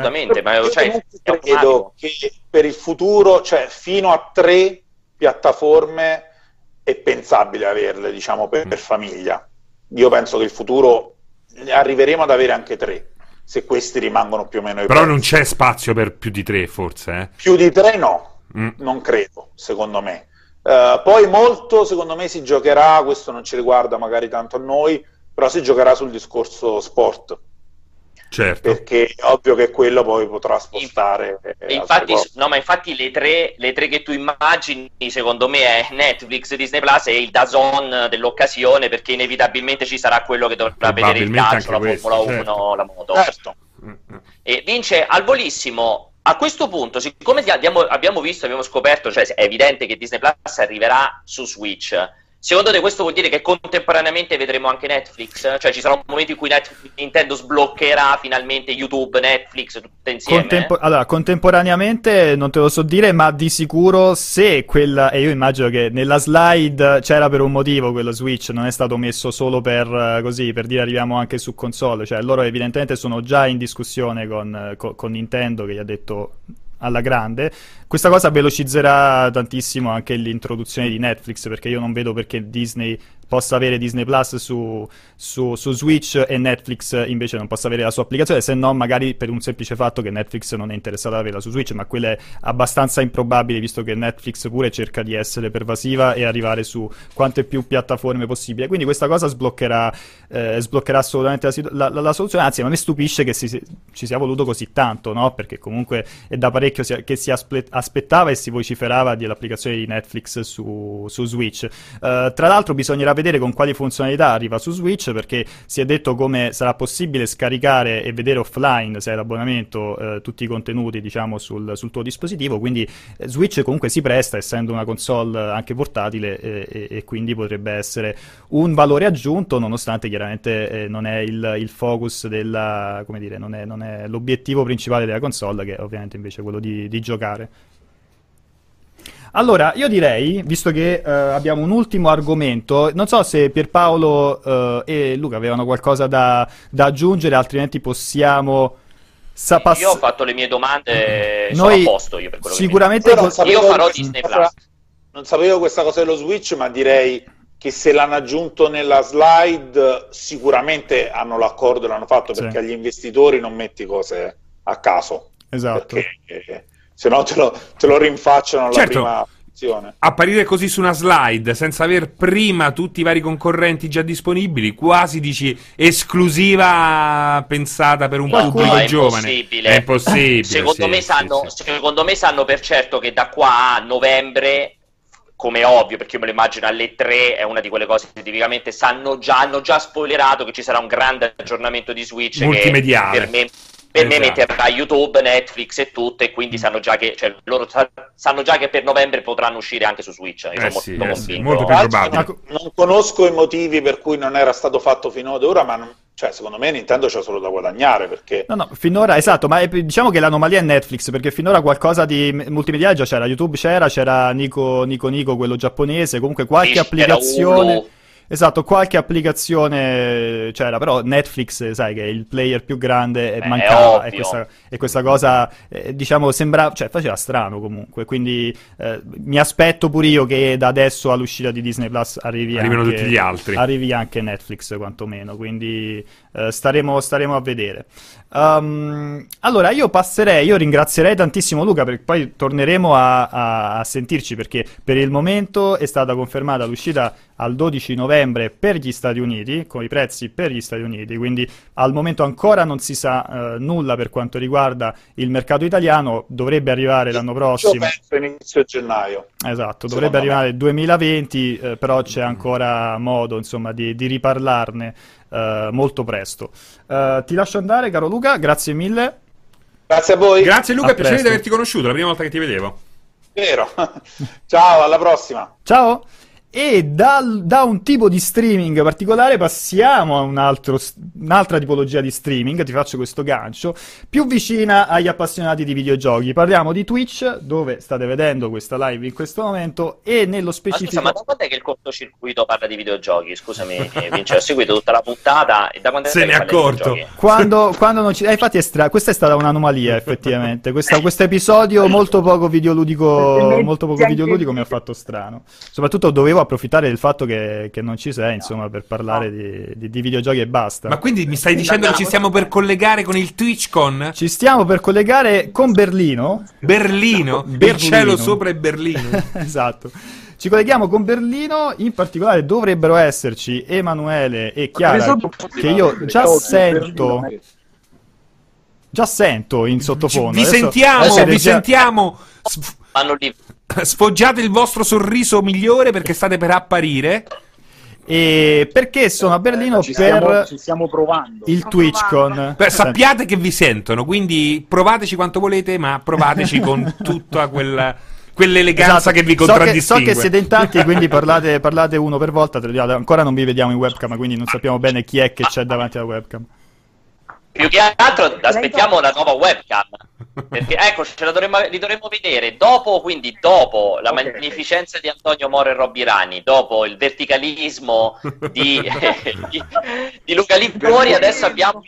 ma io credo che per il futuro, cioè fino a 3 piattaforme è pensabile averle, diciamo, per famiglia. Io penso che il futuro arriveremo ad avere anche 3, se questi rimangono più o meno i Però prezzi. non c'è spazio per più di 3, forse, Più di 3 no, non credo, secondo me. Poi molto, secondo me, si giocherà, questo non ci riguarda magari tanto a noi, però si giocherà sul discorso sport. Certo. Perché è ovvio che quello poi potrà spostare. Infatti le tre che tu immagini, secondo me, è Netflix, Disney Plus e il DAZN dell'occasione, perché inevitabilmente ci sarà quello che dovrà vedere il calcio, la Formula 1, certo. La moto. Certo. E Vince, al volissimo, a questo punto, siccome abbiamo scoperto, cioè è evidente che Disney Plus arriverà su Switch. Secondo te questo vuol dire che contemporaneamente vedremo anche Netflix? Cioè ci sarà un momento in cui Nintendo sbloccherà finalmente YouTube, Netflix, tutte insieme? Allora, contemporaneamente non te lo so dire, ma di sicuro se quella... E io immagino che nella slide c'era per un motivo quello Switch, non è stato messo solo per così, per dire arriviamo anche su console. Cioè loro evidentemente sono già in discussione con Nintendo, che gli ha detto alla grande. Questa cosa velocizzerà tantissimo anche l'introduzione di Netflix, perché io non vedo perché Disney possa avere Disney Plus su Switch e Netflix invece non possa avere la sua applicazione, se no magari per un semplice fatto che Netflix non è interessato ad averla su Switch, ma quello è abbastanza improbabile, visto che Netflix pure cerca di essere pervasiva e arrivare su quante più piattaforme possibile. Quindi questa cosa sbloccherà assolutamente la soluzione. Anzi, a me stupisce che ci sia voluto così tanto, no? Perché comunque è da parecchio che si aspettava e si vociferava dell'applicazione di Netflix su Switch. Tra l'altro bisognerà vedere con quali funzionalità arriva su Switch, perché si è detto come sarà possibile scaricare e vedere offline, se hai l'abbonamento, tutti i contenuti, diciamo, sul tuo dispositivo. Quindi Switch comunque si presta, essendo una console anche portatile, e quindi potrebbe essere un valore aggiunto, nonostante chiaramente non è il focus della, come dire, non è l'obiettivo principale della console, che è ovviamente invece quello di giocare. Allora, io direi, visto che abbiamo un ultimo argomento, non so se Pierpaolo e Luca avevano qualcosa da aggiungere, altrimenti possiamo... Io ho fatto le mie domande, sono a posto io per quello sicuramente che io farò Disney Plus. Non sapevo questa cosa dello Switch, ma direi che se l'hanno aggiunto nella slide sicuramente hanno l'accordo e l'hanno fatto, perché agli investitori non metti cose a caso. Esatto. Perché se no te lo rinfacciano alla certo. prima azione. Apparire così su una slide senza aver prima tutti i vari concorrenti già disponibili, quasi dici esclusiva pensata per un pubblico giovane. È impossibile. Secondo me sanno per certo che da qua a novembre, come ovvio, perché io me lo immagino alle 3, è una di quelle cose che tipicamente hanno già spoilerato che ci sarà un grande aggiornamento di Switch multimediale. Che per me metterà YouTube, Netflix e tutto, e quindi sanno già che, cioè, loro sanno già che per novembre potranno uscire anche su Switch. Molto più probabile. Non conosco i motivi per cui non era stato fatto fino ad ora, ma cioè, secondo me Nintendo c'ha solo da guadagnare, perché... No, finora, esatto, ma diciamo che l'anomalia è Netflix, perché finora qualcosa di multimediale già c'era, YouTube c'era Nico, quello giapponese, comunque qualche applicazione... Esatto, qualche applicazione c'era, però Netflix, sai che è il player più grande e mancava, e questa cosa, diciamo, faceva strano comunque, quindi mi aspetto pure io che da adesso all'uscita di Disney Plus arrivino tutti gli altri. Arrivi anche Netflix quantomeno, quindi staremo a vedere. Allora io ringrazierei tantissimo Luca, perché poi torneremo a sentirci, perché per il momento è stata confermata l'uscita al 12 novembre per gli Stati Uniti, con i prezzi per gli Stati Uniti, quindi al momento ancora non si sa nulla per quanto riguarda il mercato italiano, dovrebbe arrivare l'anno prossimo. Penso inizio gennaio. Esatto, dovrebbe arrivare nel 2020, però c'è ancora modo, insomma, di riparlarne molto presto. Ti lascio andare, caro Luca, grazie mille. Grazie a voi. Grazie Luca, è piacere di averti conosciuto, la prima volta che ti vedevo. Vero. Ciao, alla prossima. Ciao. E da un tipo di streaming particolare passiamo a un'altra tipologia di streaming, ti faccio questo gancio, più vicina agli appassionati di videogiochi. Parliamo di Twitch, dove state vedendo questa live in questo momento, e nello specifico... Ma da quando è che il cortocircuito parla di videogiochi? Scusami, Vince, ho seguito tutta la puntata, e da quando se ne è accorto. Quando non ci... infatti questa è stata un'anomalia, effettivamente. Questo episodio molto poco videoludico mi ha fatto strano. Soprattutto dovevo approfittare del fatto che non ci sei, insomma, per parlare di videogiochi e basta. Ma quindi mi stai dicendo che ci stiamo per collegare con il TwitchCon? Ci stiamo per collegare con Berlino. Berlino? Il cielo sopra è Berlino. Esatto. Ci colleghiamo con Berlino, in particolare dovrebbero esserci Emanuele e Chiara, che io già sento in sottofondo. Vi sentiamo. Sfoggiate il vostro sorriso migliore, perché state per apparire. E perché sono a Berlino ci stiamo provando il TwitchCon. Sappiate che vi sentono, quindi provateci quanto volete, ma provateci con tutta quell'eleganza, esatto, che vi contraddistingue. So che siete in tanti, quindi parlate uno per volta. Ancora non vi vediamo in webcam, quindi non sappiamo bene chi è che c'è davanti alla webcam. Più che altro aspettiamo una nuova webcam, perché ecco, li dovremmo vedere dopo la magnificenza di Antonio Moro e Robby Rani, dopo il verticalismo di Luca Lippori. Adesso abbiamo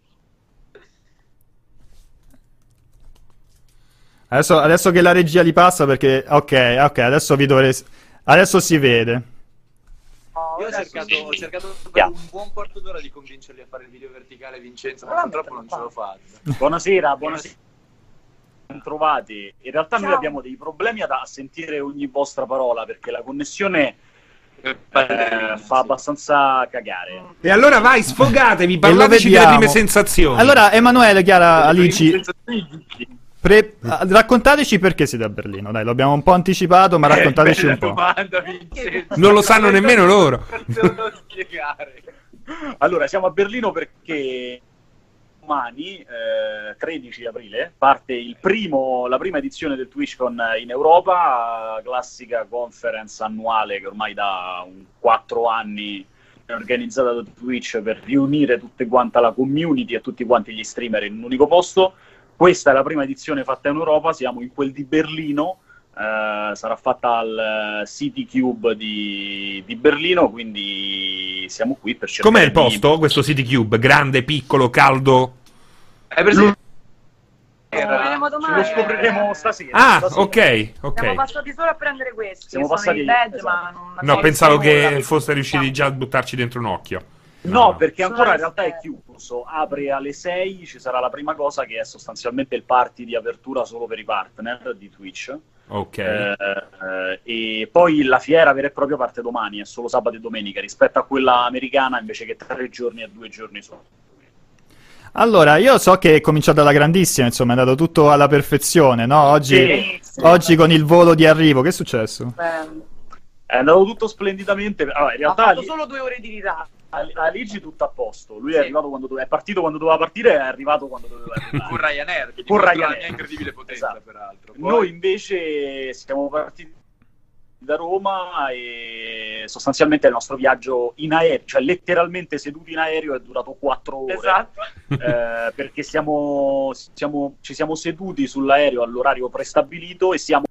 adesso che la regia li passa, perché ok, adesso si vede. Io ho cercato per un buon quarto d'ora di convincerli a fare il video verticale, Vincenzo, ma purtroppo non ce l'ho fatta. Buonasera. Trovati. In realtà noi abbiamo dei problemi a sentire ogni vostra parola, perché la connessione fa abbastanza cagare. E allora vai, sfogatevi, parlateci delle prime sensazioni. Allora, Emanuele, Chiara, Alici, raccontateci perché siete a Berlino. Dai, l'abbiamo un po' anticipato, ma raccontateci un po'. Domanda, non lo sanno nemmeno loro. Allora, siamo a Berlino perché domani, 13 aprile, parte la prima edizione del TwitchCon in Europa, classica conference annuale che ormai da 4 anni è organizzata da Twitch per riunire tutte quanta la community e tutti quanti gli streamer in un unico posto. Questa è la prima edizione fatta in Europa, siamo in quel di Berlino, sarà fatta al City Cube di Berlino, quindi siamo qui per cercare. Com'è il posto, questo City Cube? Grande, piccolo, caldo? Lo scopriremo stasera. Ok. Siamo passati solo a prendere questi. Siamo passati badge, ma non no, pensavo che foste riusciti già a buttarci dentro un occhio. No, perché ancora in realtà è chiuso. Apre alle 6, ci sarà la prima cosa che è sostanzialmente il party di apertura solo per i partner di Twitch. Ok. E poi la fiera vera e propria parte domani, è solo sabato e domenica, rispetto a quella americana invece che 3 giorni e 2 giorni solo. Allora, io so che è cominciato alla grandissima, insomma, è andato tutto alla perfezione, no? Oggi con il volo di arrivo, che è successo? È andato tutto splendidamente. Allora, in realtà ha fatto solo 2 ore di ritardo. A Ligi tutto a posto. Lui è arrivato è partito quando doveva partire e è arrivato quando doveva arrivare. Con Ryanair, che con Ryanair. La mia incredibile potenza, esatto. Peraltro. Poi... Noi invece siamo partiti da Roma e sostanzialmente il nostro viaggio in aereo, cioè letteralmente seduti in aereo, è durato 4 ore. Esatto. Perché ci siamo seduti sull'aereo all'orario prestabilito e siamo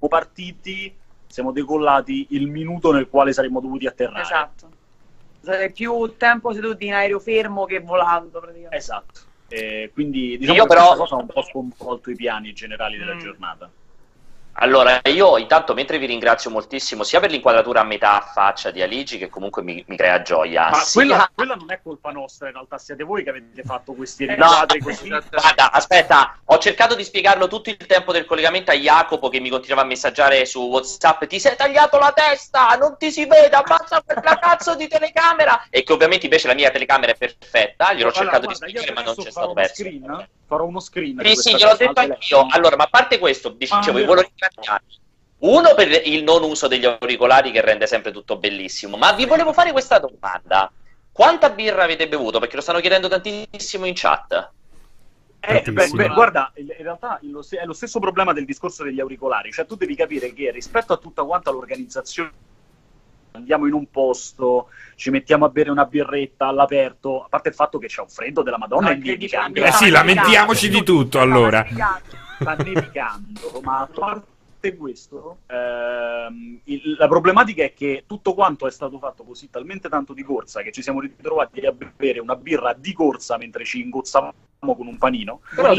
decollati il minuto nel quale saremmo dovuti atterrare. Esatto. Più tempo seduti in aereo fermo che volando praticamente. Esatto. Quindi diciamo che questa cosa ha un po' sconvolto i piani generali della giornata. Allora, io intanto, mentre vi ringrazio moltissimo sia per l'inquadratura a metà faccia di Aligi, che comunque mi crea gioia. Ma quella non è colpa nostra, in realtà siete voi che avete fatto questi riquadri così. Guarda, aspetta, ho cercato di spiegarlo tutto il tempo del collegamento a Jacopo, che mi continuava a messaggiare su WhatsApp: ti sei tagliato la testa, non ti si vede, abbassa quella cazzo di telecamera. E che ovviamente invece la mia telecamera è perfetta, gliel'ho cercato di spiegare, ma non c'è stato verso. Farò uno screen. Sì, gliel'ho detto anch'io. Allora, ma a parte questo, dicevo, io volevo ringraziare. Uno, per il non uso degli auricolari, che rende sempre tutto bellissimo. Ma vi volevo fare questa domanda: quanta birra avete bevuto? Perché lo stanno chiedendo tantissimo in chat. Guarda, in realtà è lo stesso problema del discorso degli auricolari. Cioè, tu devi capire che rispetto a tutta quanta l'organizzazione, andiamo in un posto, ci mettiamo a bere una birretta all'aperto, a parte il fatto che c'è un freddo della Madonna, sì, lamentiamoci di tutto, allora. Sta nevicando, ma a parte questo, la problematica è che tutto quanto è stato fatto così talmente tanto di corsa che ci siamo ritrovati a bere una birra di corsa mentre ci ingozzavamo con un panino. Però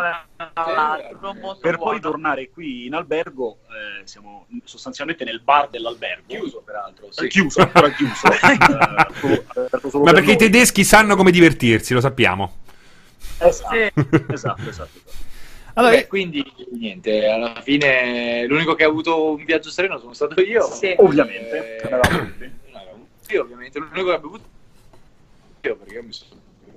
per poi tornare qui in albergo, siamo sostanzialmente nel bar dell'albergo. Chiuso, peraltro. Sì. Ancora chiuso. Ma perché i tedeschi sanno come divertirsi, lo sappiamo. Esatto. Allora, quindi niente, alla fine l'unico che ha avuto un viaggio sereno sono stato io. Sì. Ovviamente. Io ovviamente, l'unico che ha bevuto io, perché io mi sono...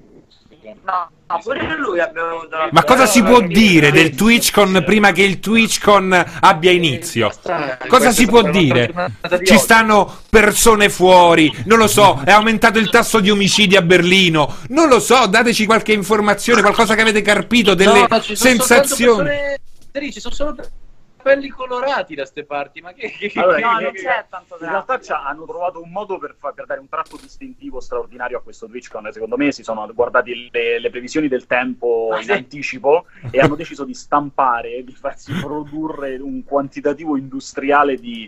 No, pure lui ha bevuto. Ma cosa si può dire del TwitchCon prima che il TwitchCon abbia inizio? Cosa si può dire? Ci stanno persone fuori, non lo so, è aumentato il tasso di omicidi a Berlino, non lo so, dateci qualche informazione, qualcosa che avete carpito, delle sensazioni. Ci sono solo capelli colorati da ste parti, ma allora, non c'è tanto in realtà hanno trovato un modo per dare un tratto distintivo straordinario a questo TwitchCon. Secondo me si sono guardati le previsioni del tempo in anticipo e hanno deciso di stampare, di farsi produrre un quantitativo industriale di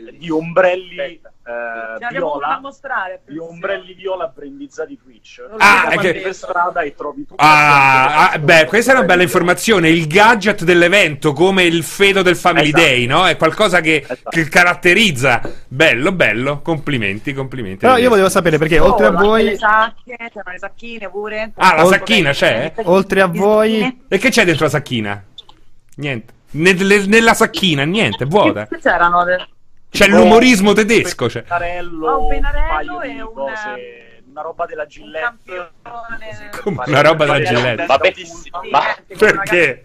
ombrelli viola, gli ombrelli viola brandizzati Twitch. Per strada e trovi tutto. Questa è una bella informazione. Il gadget dell'evento, come il feto del Family Day, no? È qualcosa che caratterizza. Bello, complimenti. Però io volevo sapere, perché oltre a voi le sacche, c'erano le sacchine pure. La sacchina c'è? Oltre a voi, e che c'è dentro la sacchina? Niente. Nella sacchina niente, è vuota. C'erano c'è l'umorismo tedesco, un pennarello e una roba della Gillette. Come una roba della Gillette? Ma perché?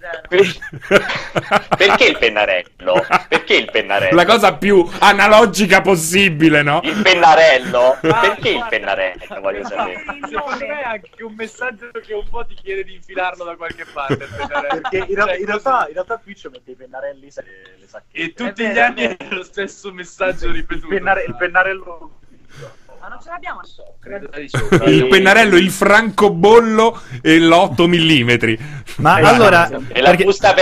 Perché il pennarello? Perché il pennarello? La cosa più analogica possibile, no? Il pennarello? Perché il pennarello? Voglio sapere. È anche un messaggio che un po' ti chiede di infilarlo da qualche parte. Perché in realtà Twitch mette i pennarelli le sacchette. E tutti gli anni è lo stesso messaggio ripetuto. Il pennarello. Ma non ce l'abbiamo credo il pennarello, il francobollo e l'8 mm. Ma allora, e la busta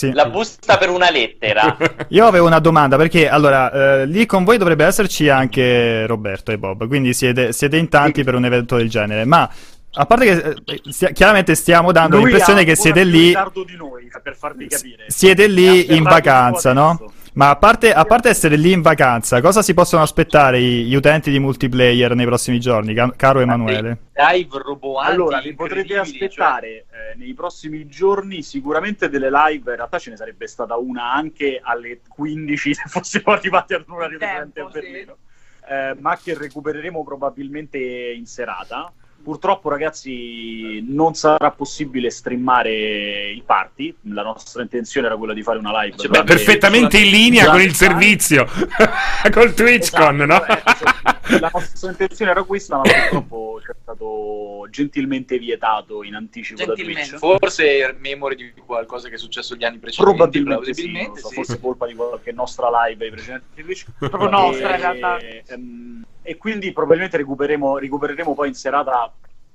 per una lettera. Io avevo una domanda, perché allora lì con voi dovrebbe esserci anche Roberto e Bob, quindi siete in tanti per un evento del genere, ma a parte che chiaramente stiamo dando l'impressione che siete lì di noi, per farvi capire. Siete lì in vacanza, no? Ma a parte essere lì in vacanza, cosa si possono aspettare gli utenti di multiplayer nei prossimi giorni, caro Emanuele? Live roboanti. Allora, vi potrete aspettare nei prossimi giorni sicuramente delle live. In realtà ce ne sarebbe stata una anche alle 15 se fossimo arrivati ad un orario differente a Berlino. Ma che recupereremo probabilmente in serata. Purtroppo, ragazzi, non sarà possibile streamare il party. La nostra intenzione era quella di fare una live. Perfettamente in linea con il servizio, col TwitchCon, no? La nostra intenzione era questa, ma purtroppo ci è stato gentilmente vietato in anticipo da Twitch. Forse memoria di qualcosa che è successo gli anni precedenti. Probabilmente sì, non so, forse colpa di qualche nostra live ai precedenti Twitch. Proprio nostra, in realtà. E quindi probabilmente recupereremo poi in serata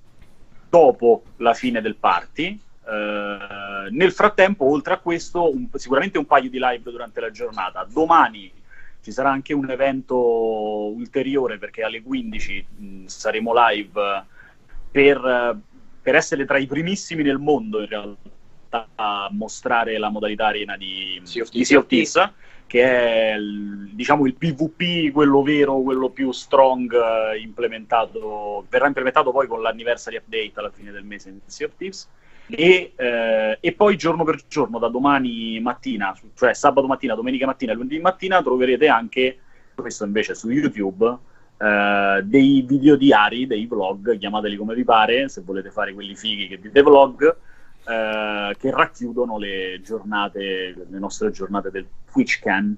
dopo la fine del party. Nel frattempo, oltre a questo, sicuramente un paio di live durante la giornata. Domani ci sarà anche un evento ulteriore, perché alle 15 saremo live per essere tra i primissimi nel mondo in realtà a mostrare la modalità arena di Sea of Thieves, che è diciamo il PvP, quello vero, quello più strong, verrà implementato poi con l'anniversary update alla fine del mese in Sea of Thieves. E poi giorno per giorno, da domani mattina, cioè sabato mattina, domenica mattina e lunedì mattina, troverete anche, questo invece su YouTube, dei video diari, dei vlog, chiamateli come vi pare, se volete fare quelli fighi che dite vlog, che racchiudono le nostre giornate del TwitchCon.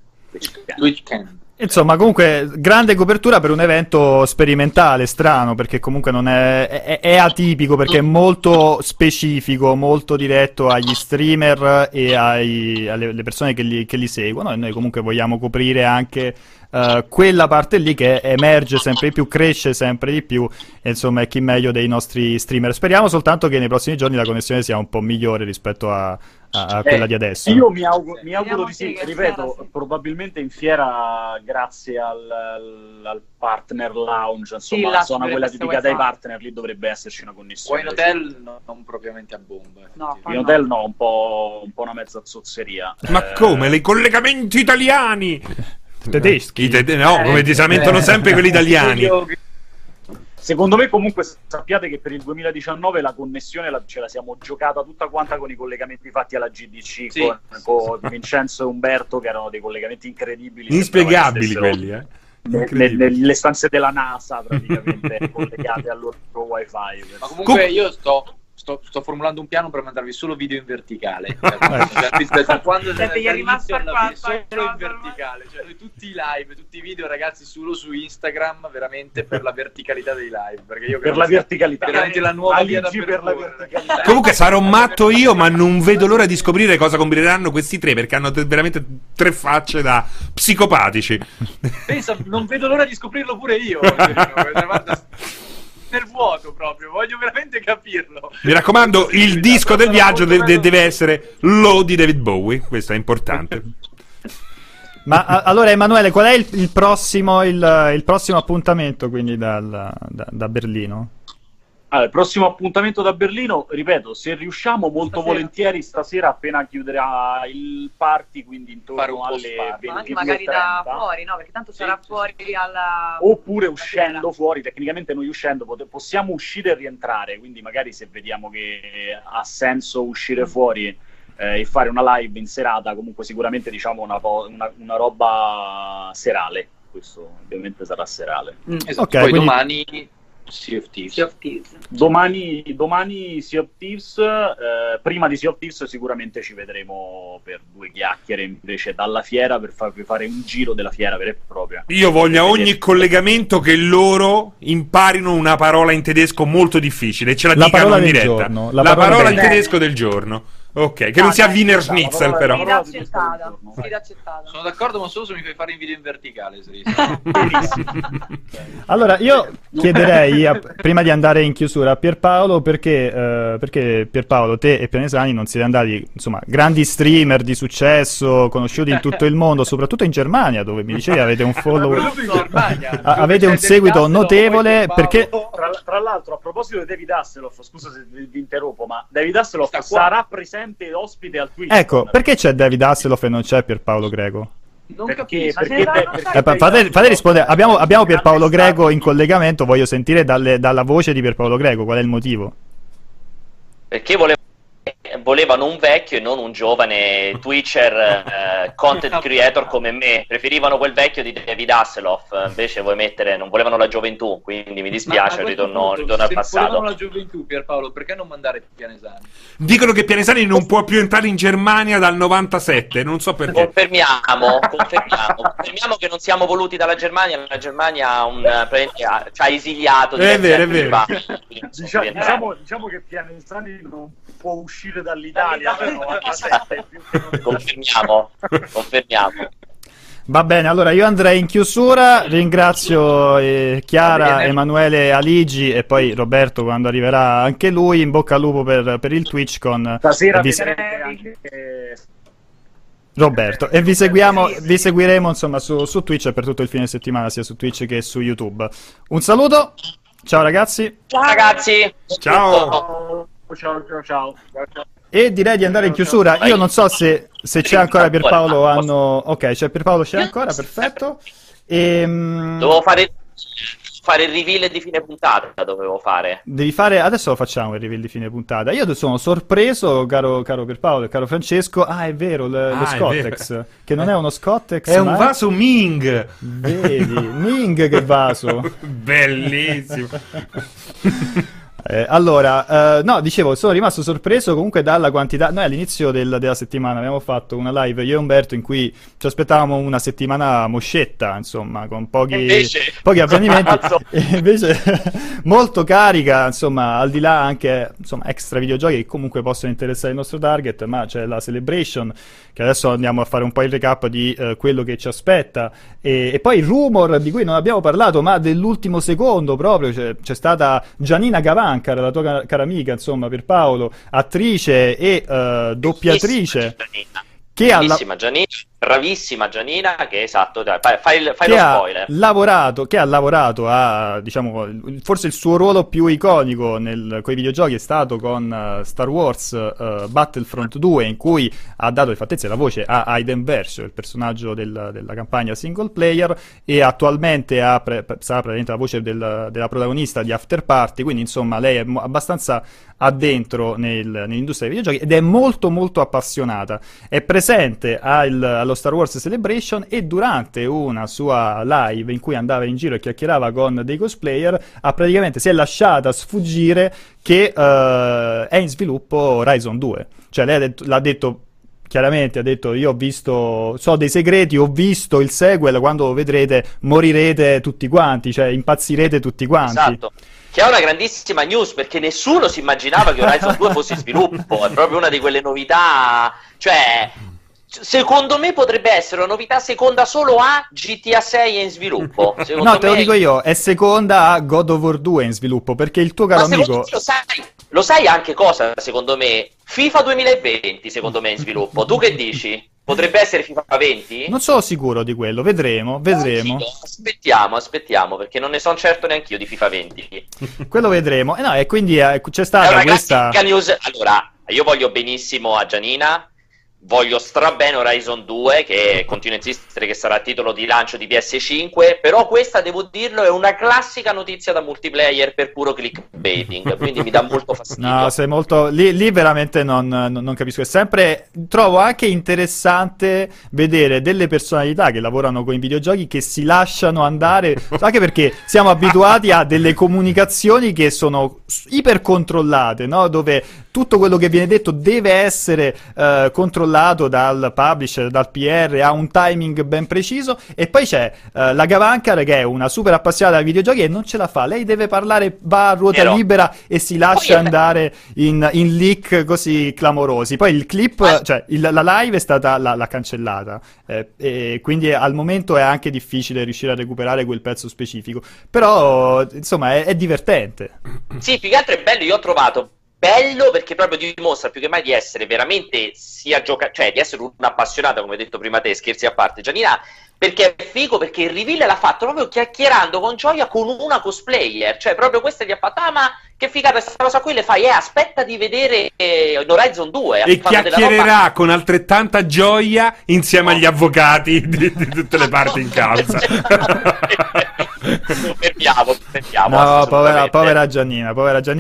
Insomma, comunque, grande copertura per un evento sperimentale, strano, perché comunque non è atipico, perché è molto specifico, molto diretto agli streamer e alle persone che li seguono, e noi comunque vogliamo coprire anche quella parte lì che emerge sempre di più, cresce sempre di più, e insomma è chi meglio dei nostri streamer. Speriamo soltanto che nei prossimi giorni la connessione sia un po' migliore rispetto a quella di adesso. Io mi auguro di sì, ripeto, probabilmente in fiera, grazie al partner lounge, insomma, sì, la zona quella dedicata ai partner, lì dovrebbe esserci una connessione. Poi in hotel non propriamente a bomba. No, in hotel no, un po' una mezza zozzeria. Ma come? I collegamenti italiani? Tedeschi? No, come ti lamentano sempre quelli italiani. Secondo me comunque sappiate che per il 2019 la connessione ce la siamo giocata tutta quanta con i collegamenti fatti alla GDC, sì, con Vincenzo e Umberto, che erano dei collegamenti incredibili, inspiegabili quelli, nelle stanze della NASA praticamente collegate al loro wifi. Ma comunque io sto formulando un piano per mandarvi solo video in verticale. Da quando dall'inizio alla fine, solo in verticale. Cioè, noi tutti i live, tutti i video, ragazzi, solo su Instagram, veramente per la verticalità dei live. Perché io per la verticalità, veramente la nuova via da per la verticalità. Comunque sarò matto io, ma non vedo l'ora di scoprire cosa combineranno questi tre, perché hanno veramente tre facce da psicopatici. Pensa, non vedo l'ora di scoprirlo pure io. Guarda, nel vuoto proprio, voglio veramente capirlo. Mi raccomando, il disco del viaggio deve essere Low di David Bowie, questo è importante. Ma allora Emanuele, qual è il prossimo appuntamento quindi da Berlino? Allora, il prossimo appuntamento da Berlino, ripeto, se riusciamo molto volentieri stasera, appena chiuderà il party, quindi intorno alle 20, magari da fuori, no? Perché tanto sarà fuori alla... Oppure uscendo fuori, tecnicamente noi uscendo possiamo uscire e rientrare, quindi magari se vediamo che ha senso uscire fuori e fare una live in serata, comunque sicuramente diciamo una roba serale, questo ovviamente sarà serale. Esatto. Okay, poi quindi... domani... Sea of Thieves. Domani Sea of Thieves, prima di Sea of Thieves sicuramente ci vedremo per due chiacchiere invece dalla fiera, per farvi fare un giro della fiera vera e propria. Io voglio a ogni collegamento che loro imparino una parola in tedesco molto difficile e ce la dicano in diretta. La parola in tedesco del giorno. Ok, che non sia Wiener Schnitzel però. Sfida accettata. Sono d'accordo, ma solo se mi fai fare in video in verticale. Allora, io chiederei, prima di andare in chiusura, a Pierpaolo, perché Pierpaolo, te e Pianesani non siete andati, insomma, grandi streamer di successo, conosciuti in tutto il mondo, soprattutto in Germania, dove mi dicevi avete un follower, avete un seguito notevole, perché... Tra l'altro, a proposito di David Hasselhoff, scusa se vi interrompo, ma David Hasselhoff sarà presente ospite al Twitch. Ecco, perché c'è David Hasselhoff e non c'è Pierpaolo Greco? Non capisco. Fate rispondere. Abbiamo Pierpaolo Greco in collegamento. Voglio sentire dalla voce di Pierpaolo Greco qual è il motivo. Perché volevano un vecchio e non un giovane Twitcher content creator come me. Preferivano quel vecchio di David Hasselhoff, invece non volevano la gioventù, quindi mi dispiace, ritorno al passato. Se volevano la gioventù, Pierpaolo, perché non mandare Pianesani? Dicono che Pianesani non può più entrare in Germania dal 97, non so perché. Confermiamo che non siamo voluti dalla Germania. La Germania ci ha esiliato. È vero. Diciamo che Pianesani non può uscire dall'Italia. Confermiamo. Va bene, allora io andrei in chiusura, ringrazio Chiara, Emanuele Aligi e poi Roberto quando arriverà anche lui, in bocca al lupo per il Twitch con stasera Roberto, e vi seguiremo insomma su Twitch per tutto il fine settimana, sia su Twitch che su YouTube. Un saluto, ciao ragazzi. Ciao ragazzi. Ciao. Ciao. E direi di andare in chiusura. Io non so se c'è ancora Pierpaolo. Ok, c'è Pierpaolo, c'è ancora, perfetto. Dovevo fare il reveal di fine puntata. Adesso lo facciamo il reveal di fine puntata. Io sono sorpreso, caro Pierpaolo e caro Francesco. Ah, è vero, lo Scottex, che non è uno Scottex, è un vaso Ming. Vedi, Ming che vaso. Bellissimo. No, dicevo, sono rimasto sorpreso comunque dalla quantità. Noi all'inizio della settimana abbiamo fatto una live, io e Umberto, in cui ci aspettavamo una settimana moscetta, insomma, con pochi avvenimenti, e invece molto carica, insomma, al di là anche, insomma, extra videogiochi che comunque possono interessare il nostro target, ma c'è la Celebration, che adesso andiamo a fare un po' il recap di quello che ci aspetta, e poi il rumor di cui non abbiamo parlato, ma dell'ultimo secondo proprio, c'è stata Gianina Gavancar, la tua cara amica, insomma, Pierpaolo, attrice e doppiatrice, bravissima Gianina, che esatto, dai, fai lo spoiler. Che ha lavorato a, diciamo, forse il suo ruolo più iconico coi videogiochi è stato con Star Wars Battlefront 2, in cui ha dato le fattezze la voce a Hayden Versio, il personaggio della campagna single player, e attualmente sarà praticamente la voce della protagonista di After Party, quindi insomma lei è abbastanza addentro nell'industria dei videogiochi ed è molto molto appassionata. È presente allo Star Wars Celebration, e durante una sua live in cui andava in giro e chiacchierava con dei cosplayer si è lasciata sfuggire che è in sviluppo Horizon 2. Cioè lei l'ha detto chiaramente, ha detto: io so dei segreti, ho visto il sequel, quando lo vedrete morirete tutti quanti, cioè impazzirete tutti quanti. Esatto. Che è una grandissima news, perché nessuno si immaginava che Horizon 2 fosse in sviluppo. È proprio una di quelle novità, cioè secondo me potrebbe essere una novità seconda solo a GTA 6 è in sviluppo. No, te lo dico io, è seconda a God of War 2 in sviluppo, perché il tuo caro amico... Lo sai anche cosa, secondo me? FIFA 2020, secondo me, è in sviluppo. Tu che dici? Potrebbe essere FIFA 20? Non sono sicuro di quello, vedremo. Aspettiamo, perché non ne sono certo neanch'io di FIFA 20. Quello vedremo. E quindi c'è stata questa... News. Allora, io voglio benissimo a Gianina, voglio strabene Horizon 2, che continuo a insistere che sarà titolo di lancio di PS5, però questa, devo dirlo, è una classica notizia da multiplayer per puro clickbaiting, quindi mi dà molto fastidio. No, sei molto... Lì veramente non capisco. È sempre... Trovo anche interessante vedere delle personalità che lavorano con i videogiochi che si lasciano andare, anche perché siamo abituati a delle comunicazioni che sono ipercontrollate, no? Dove tutto quello che viene detto deve essere controllato dal publisher, dal PR, ha un timing ben preciso, e poi c'è la Gavancar, che è una super appassionata ai videogiochi e non ce la fa. Lei deve parlare, va a ruota libera e si lascia andare in leak così clamorosi. Poi il clip, cioè la live è stata l'ha cancellata, e quindi al momento è anche difficile riuscire a recuperare quel pezzo specifico, però insomma è divertente. Sì, più che altro è bello. Io ho trovato bello perché proprio dimostra più che mai di essere veramente cioè di essere un'appassionata, come hai detto prima te, scherzi a parte. Gianina perché è figo, perché il reveal l'ha fatto proprio chiacchierando con gioia con una cosplayer, cioè proprio questa gli ha fatto, ma che figata questa cosa qui, le fai, aspetta di vedere Horizon 2. E chiacchiererà con altrettanta gioia insieme agli avvocati di tutte le parti in causa. Fermiamo. No, povera Giannina.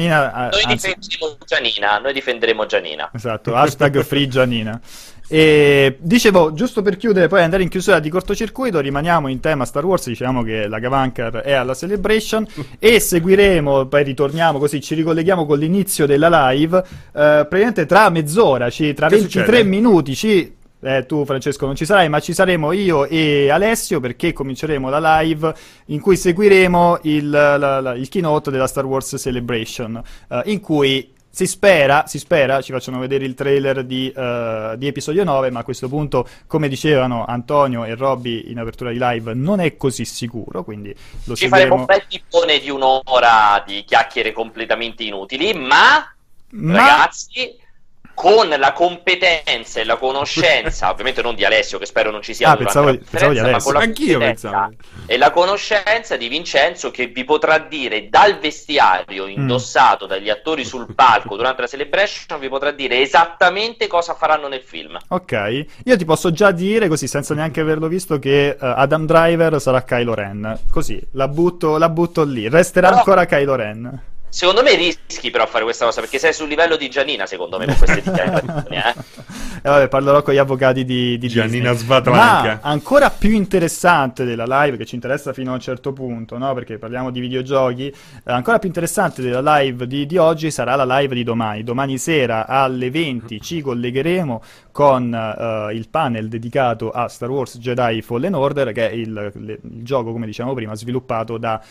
Noi difenderemo Giannina. Esatto, hashtag free Giannina. E dicevo, giusto per chiudere, poi andare in chiusura di cortocircuito, rimaniamo in tema Star Wars, diciamo che la Gavankar è alla Celebration e seguiremo, poi ritorniamo così, ci ricolleghiamo con l'inizio della live, praticamente tra mezz'ora, tra 23 minuti tu Francesco non ci sarai, ma ci saremo io e Alessio, perché cominceremo la live in cui seguiremo il keynote della Star Wars Celebration, in cui si spera, ci facciano vedere il trailer di episodio 9, ma a questo punto, come dicevano Antonio e Robby in apertura di live, non è così sicuro, quindi lo ci faremo un bel tippone di un'ora di chiacchiere completamente inutili, ma... ragazzi, con la competenza e la conoscenza, ovviamente non di Alessio, che spero non ci sia pensavo di Alessio. Ma con la competenza e la conoscenza di Vincenzo, che vi potrà dire dal vestiario indossato dagli attori sul palco durante la Celebration, vi potrà dire esattamente cosa faranno nel film. Ok, io ti posso già dire, così senza neanche averlo visto, che Adam Driver sarà Kylo Ren, così la butto lì, resterà ancora Kylo Ren. Secondo me rischi però a fare questa cosa, perché sei sul livello di Giannina, secondo me, con queste dichiarazioni. Vabbè, parlerò con gli avvocati di Giannina Disney. Svatlanca. Ma ancora più interessante della live, che ci interessa fino a un certo punto, no? Perché parliamo di videogiochi, ancora più interessante della live di oggi sarà la live di domani. Domani sera alle 20 ci collegheremo con il panel dedicato a Star Wars Jedi Fallen Order, che è il gioco, come dicevamo prima, sviluppato da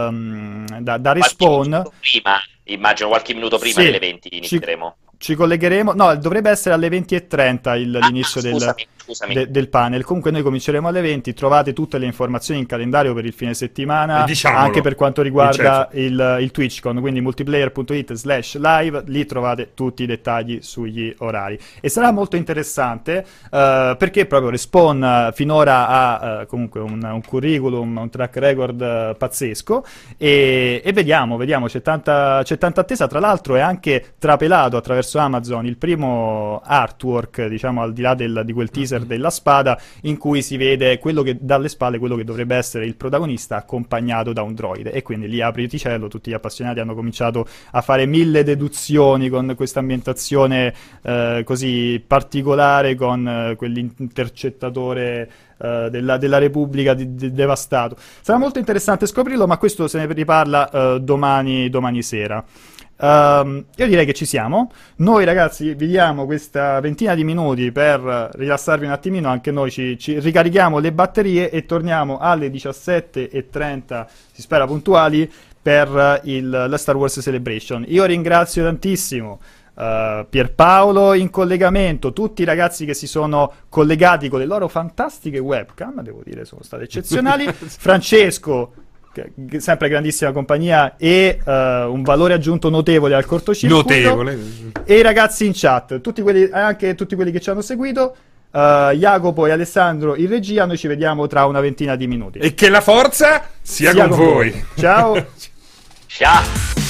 Respawn. Immagino qualche minuto prima delle 20 inizieremo. Ci collegheremo, no, dovrebbe essere alle 20:30 l'inizio del panel. Comunque noi cominceremo alle 20, trovate tutte le informazioni in calendario per il fine settimana, anche per quanto riguarda il TwitchCon, quindi multiplayer.it/live, lì trovate tutti i dettagli sugli orari. E sarà molto interessante, perché proprio Respawn finora ha comunque un curriculum, un track record pazzesco, e vediamo, c'è tanta attesa. Tra l'altro è anche trapelato attraverso Amazon il primo artwork, diciamo, al di là di quel teaser della spada, in cui si vede dalle spalle quello che dovrebbe essere il protagonista accompagnato da un droide, e quindi lì apriti cielo, tutti gli appassionati hanno cominciato a fare 1000 deduzioni con questa ambientazione così particolare, con quell'intercettatore della Repubblica devastato. Sarà molto interessante scoprirlo, ma questo se ne riparla domani sera. Io direi che ci siamo. Noi ragazzi vi diamo questa ventina di minuti per rilassarvi un attimino, anche noi ci ricarichiamo le batterie e torniamo alle 17:30, si spera puntuali, per la Star Wars Celebration. Io ringrazio tantissimo Pierpaolo in collegamento, tutti i ragazzi che si sono collegati con le loro fantastiche webcam, devo dire sono state eccezionali. Francesco, sempre grandissima compagnia e un valore aggiunto notevole al cortocircuito, e i ragazzi in chat, anche tutti quelli che ci hanno seguito, Jacopo e Alessandro in regia. Noi ci vediamo tra una ventina di minuti, e che la forza sia con voi. Ciao. Ciao.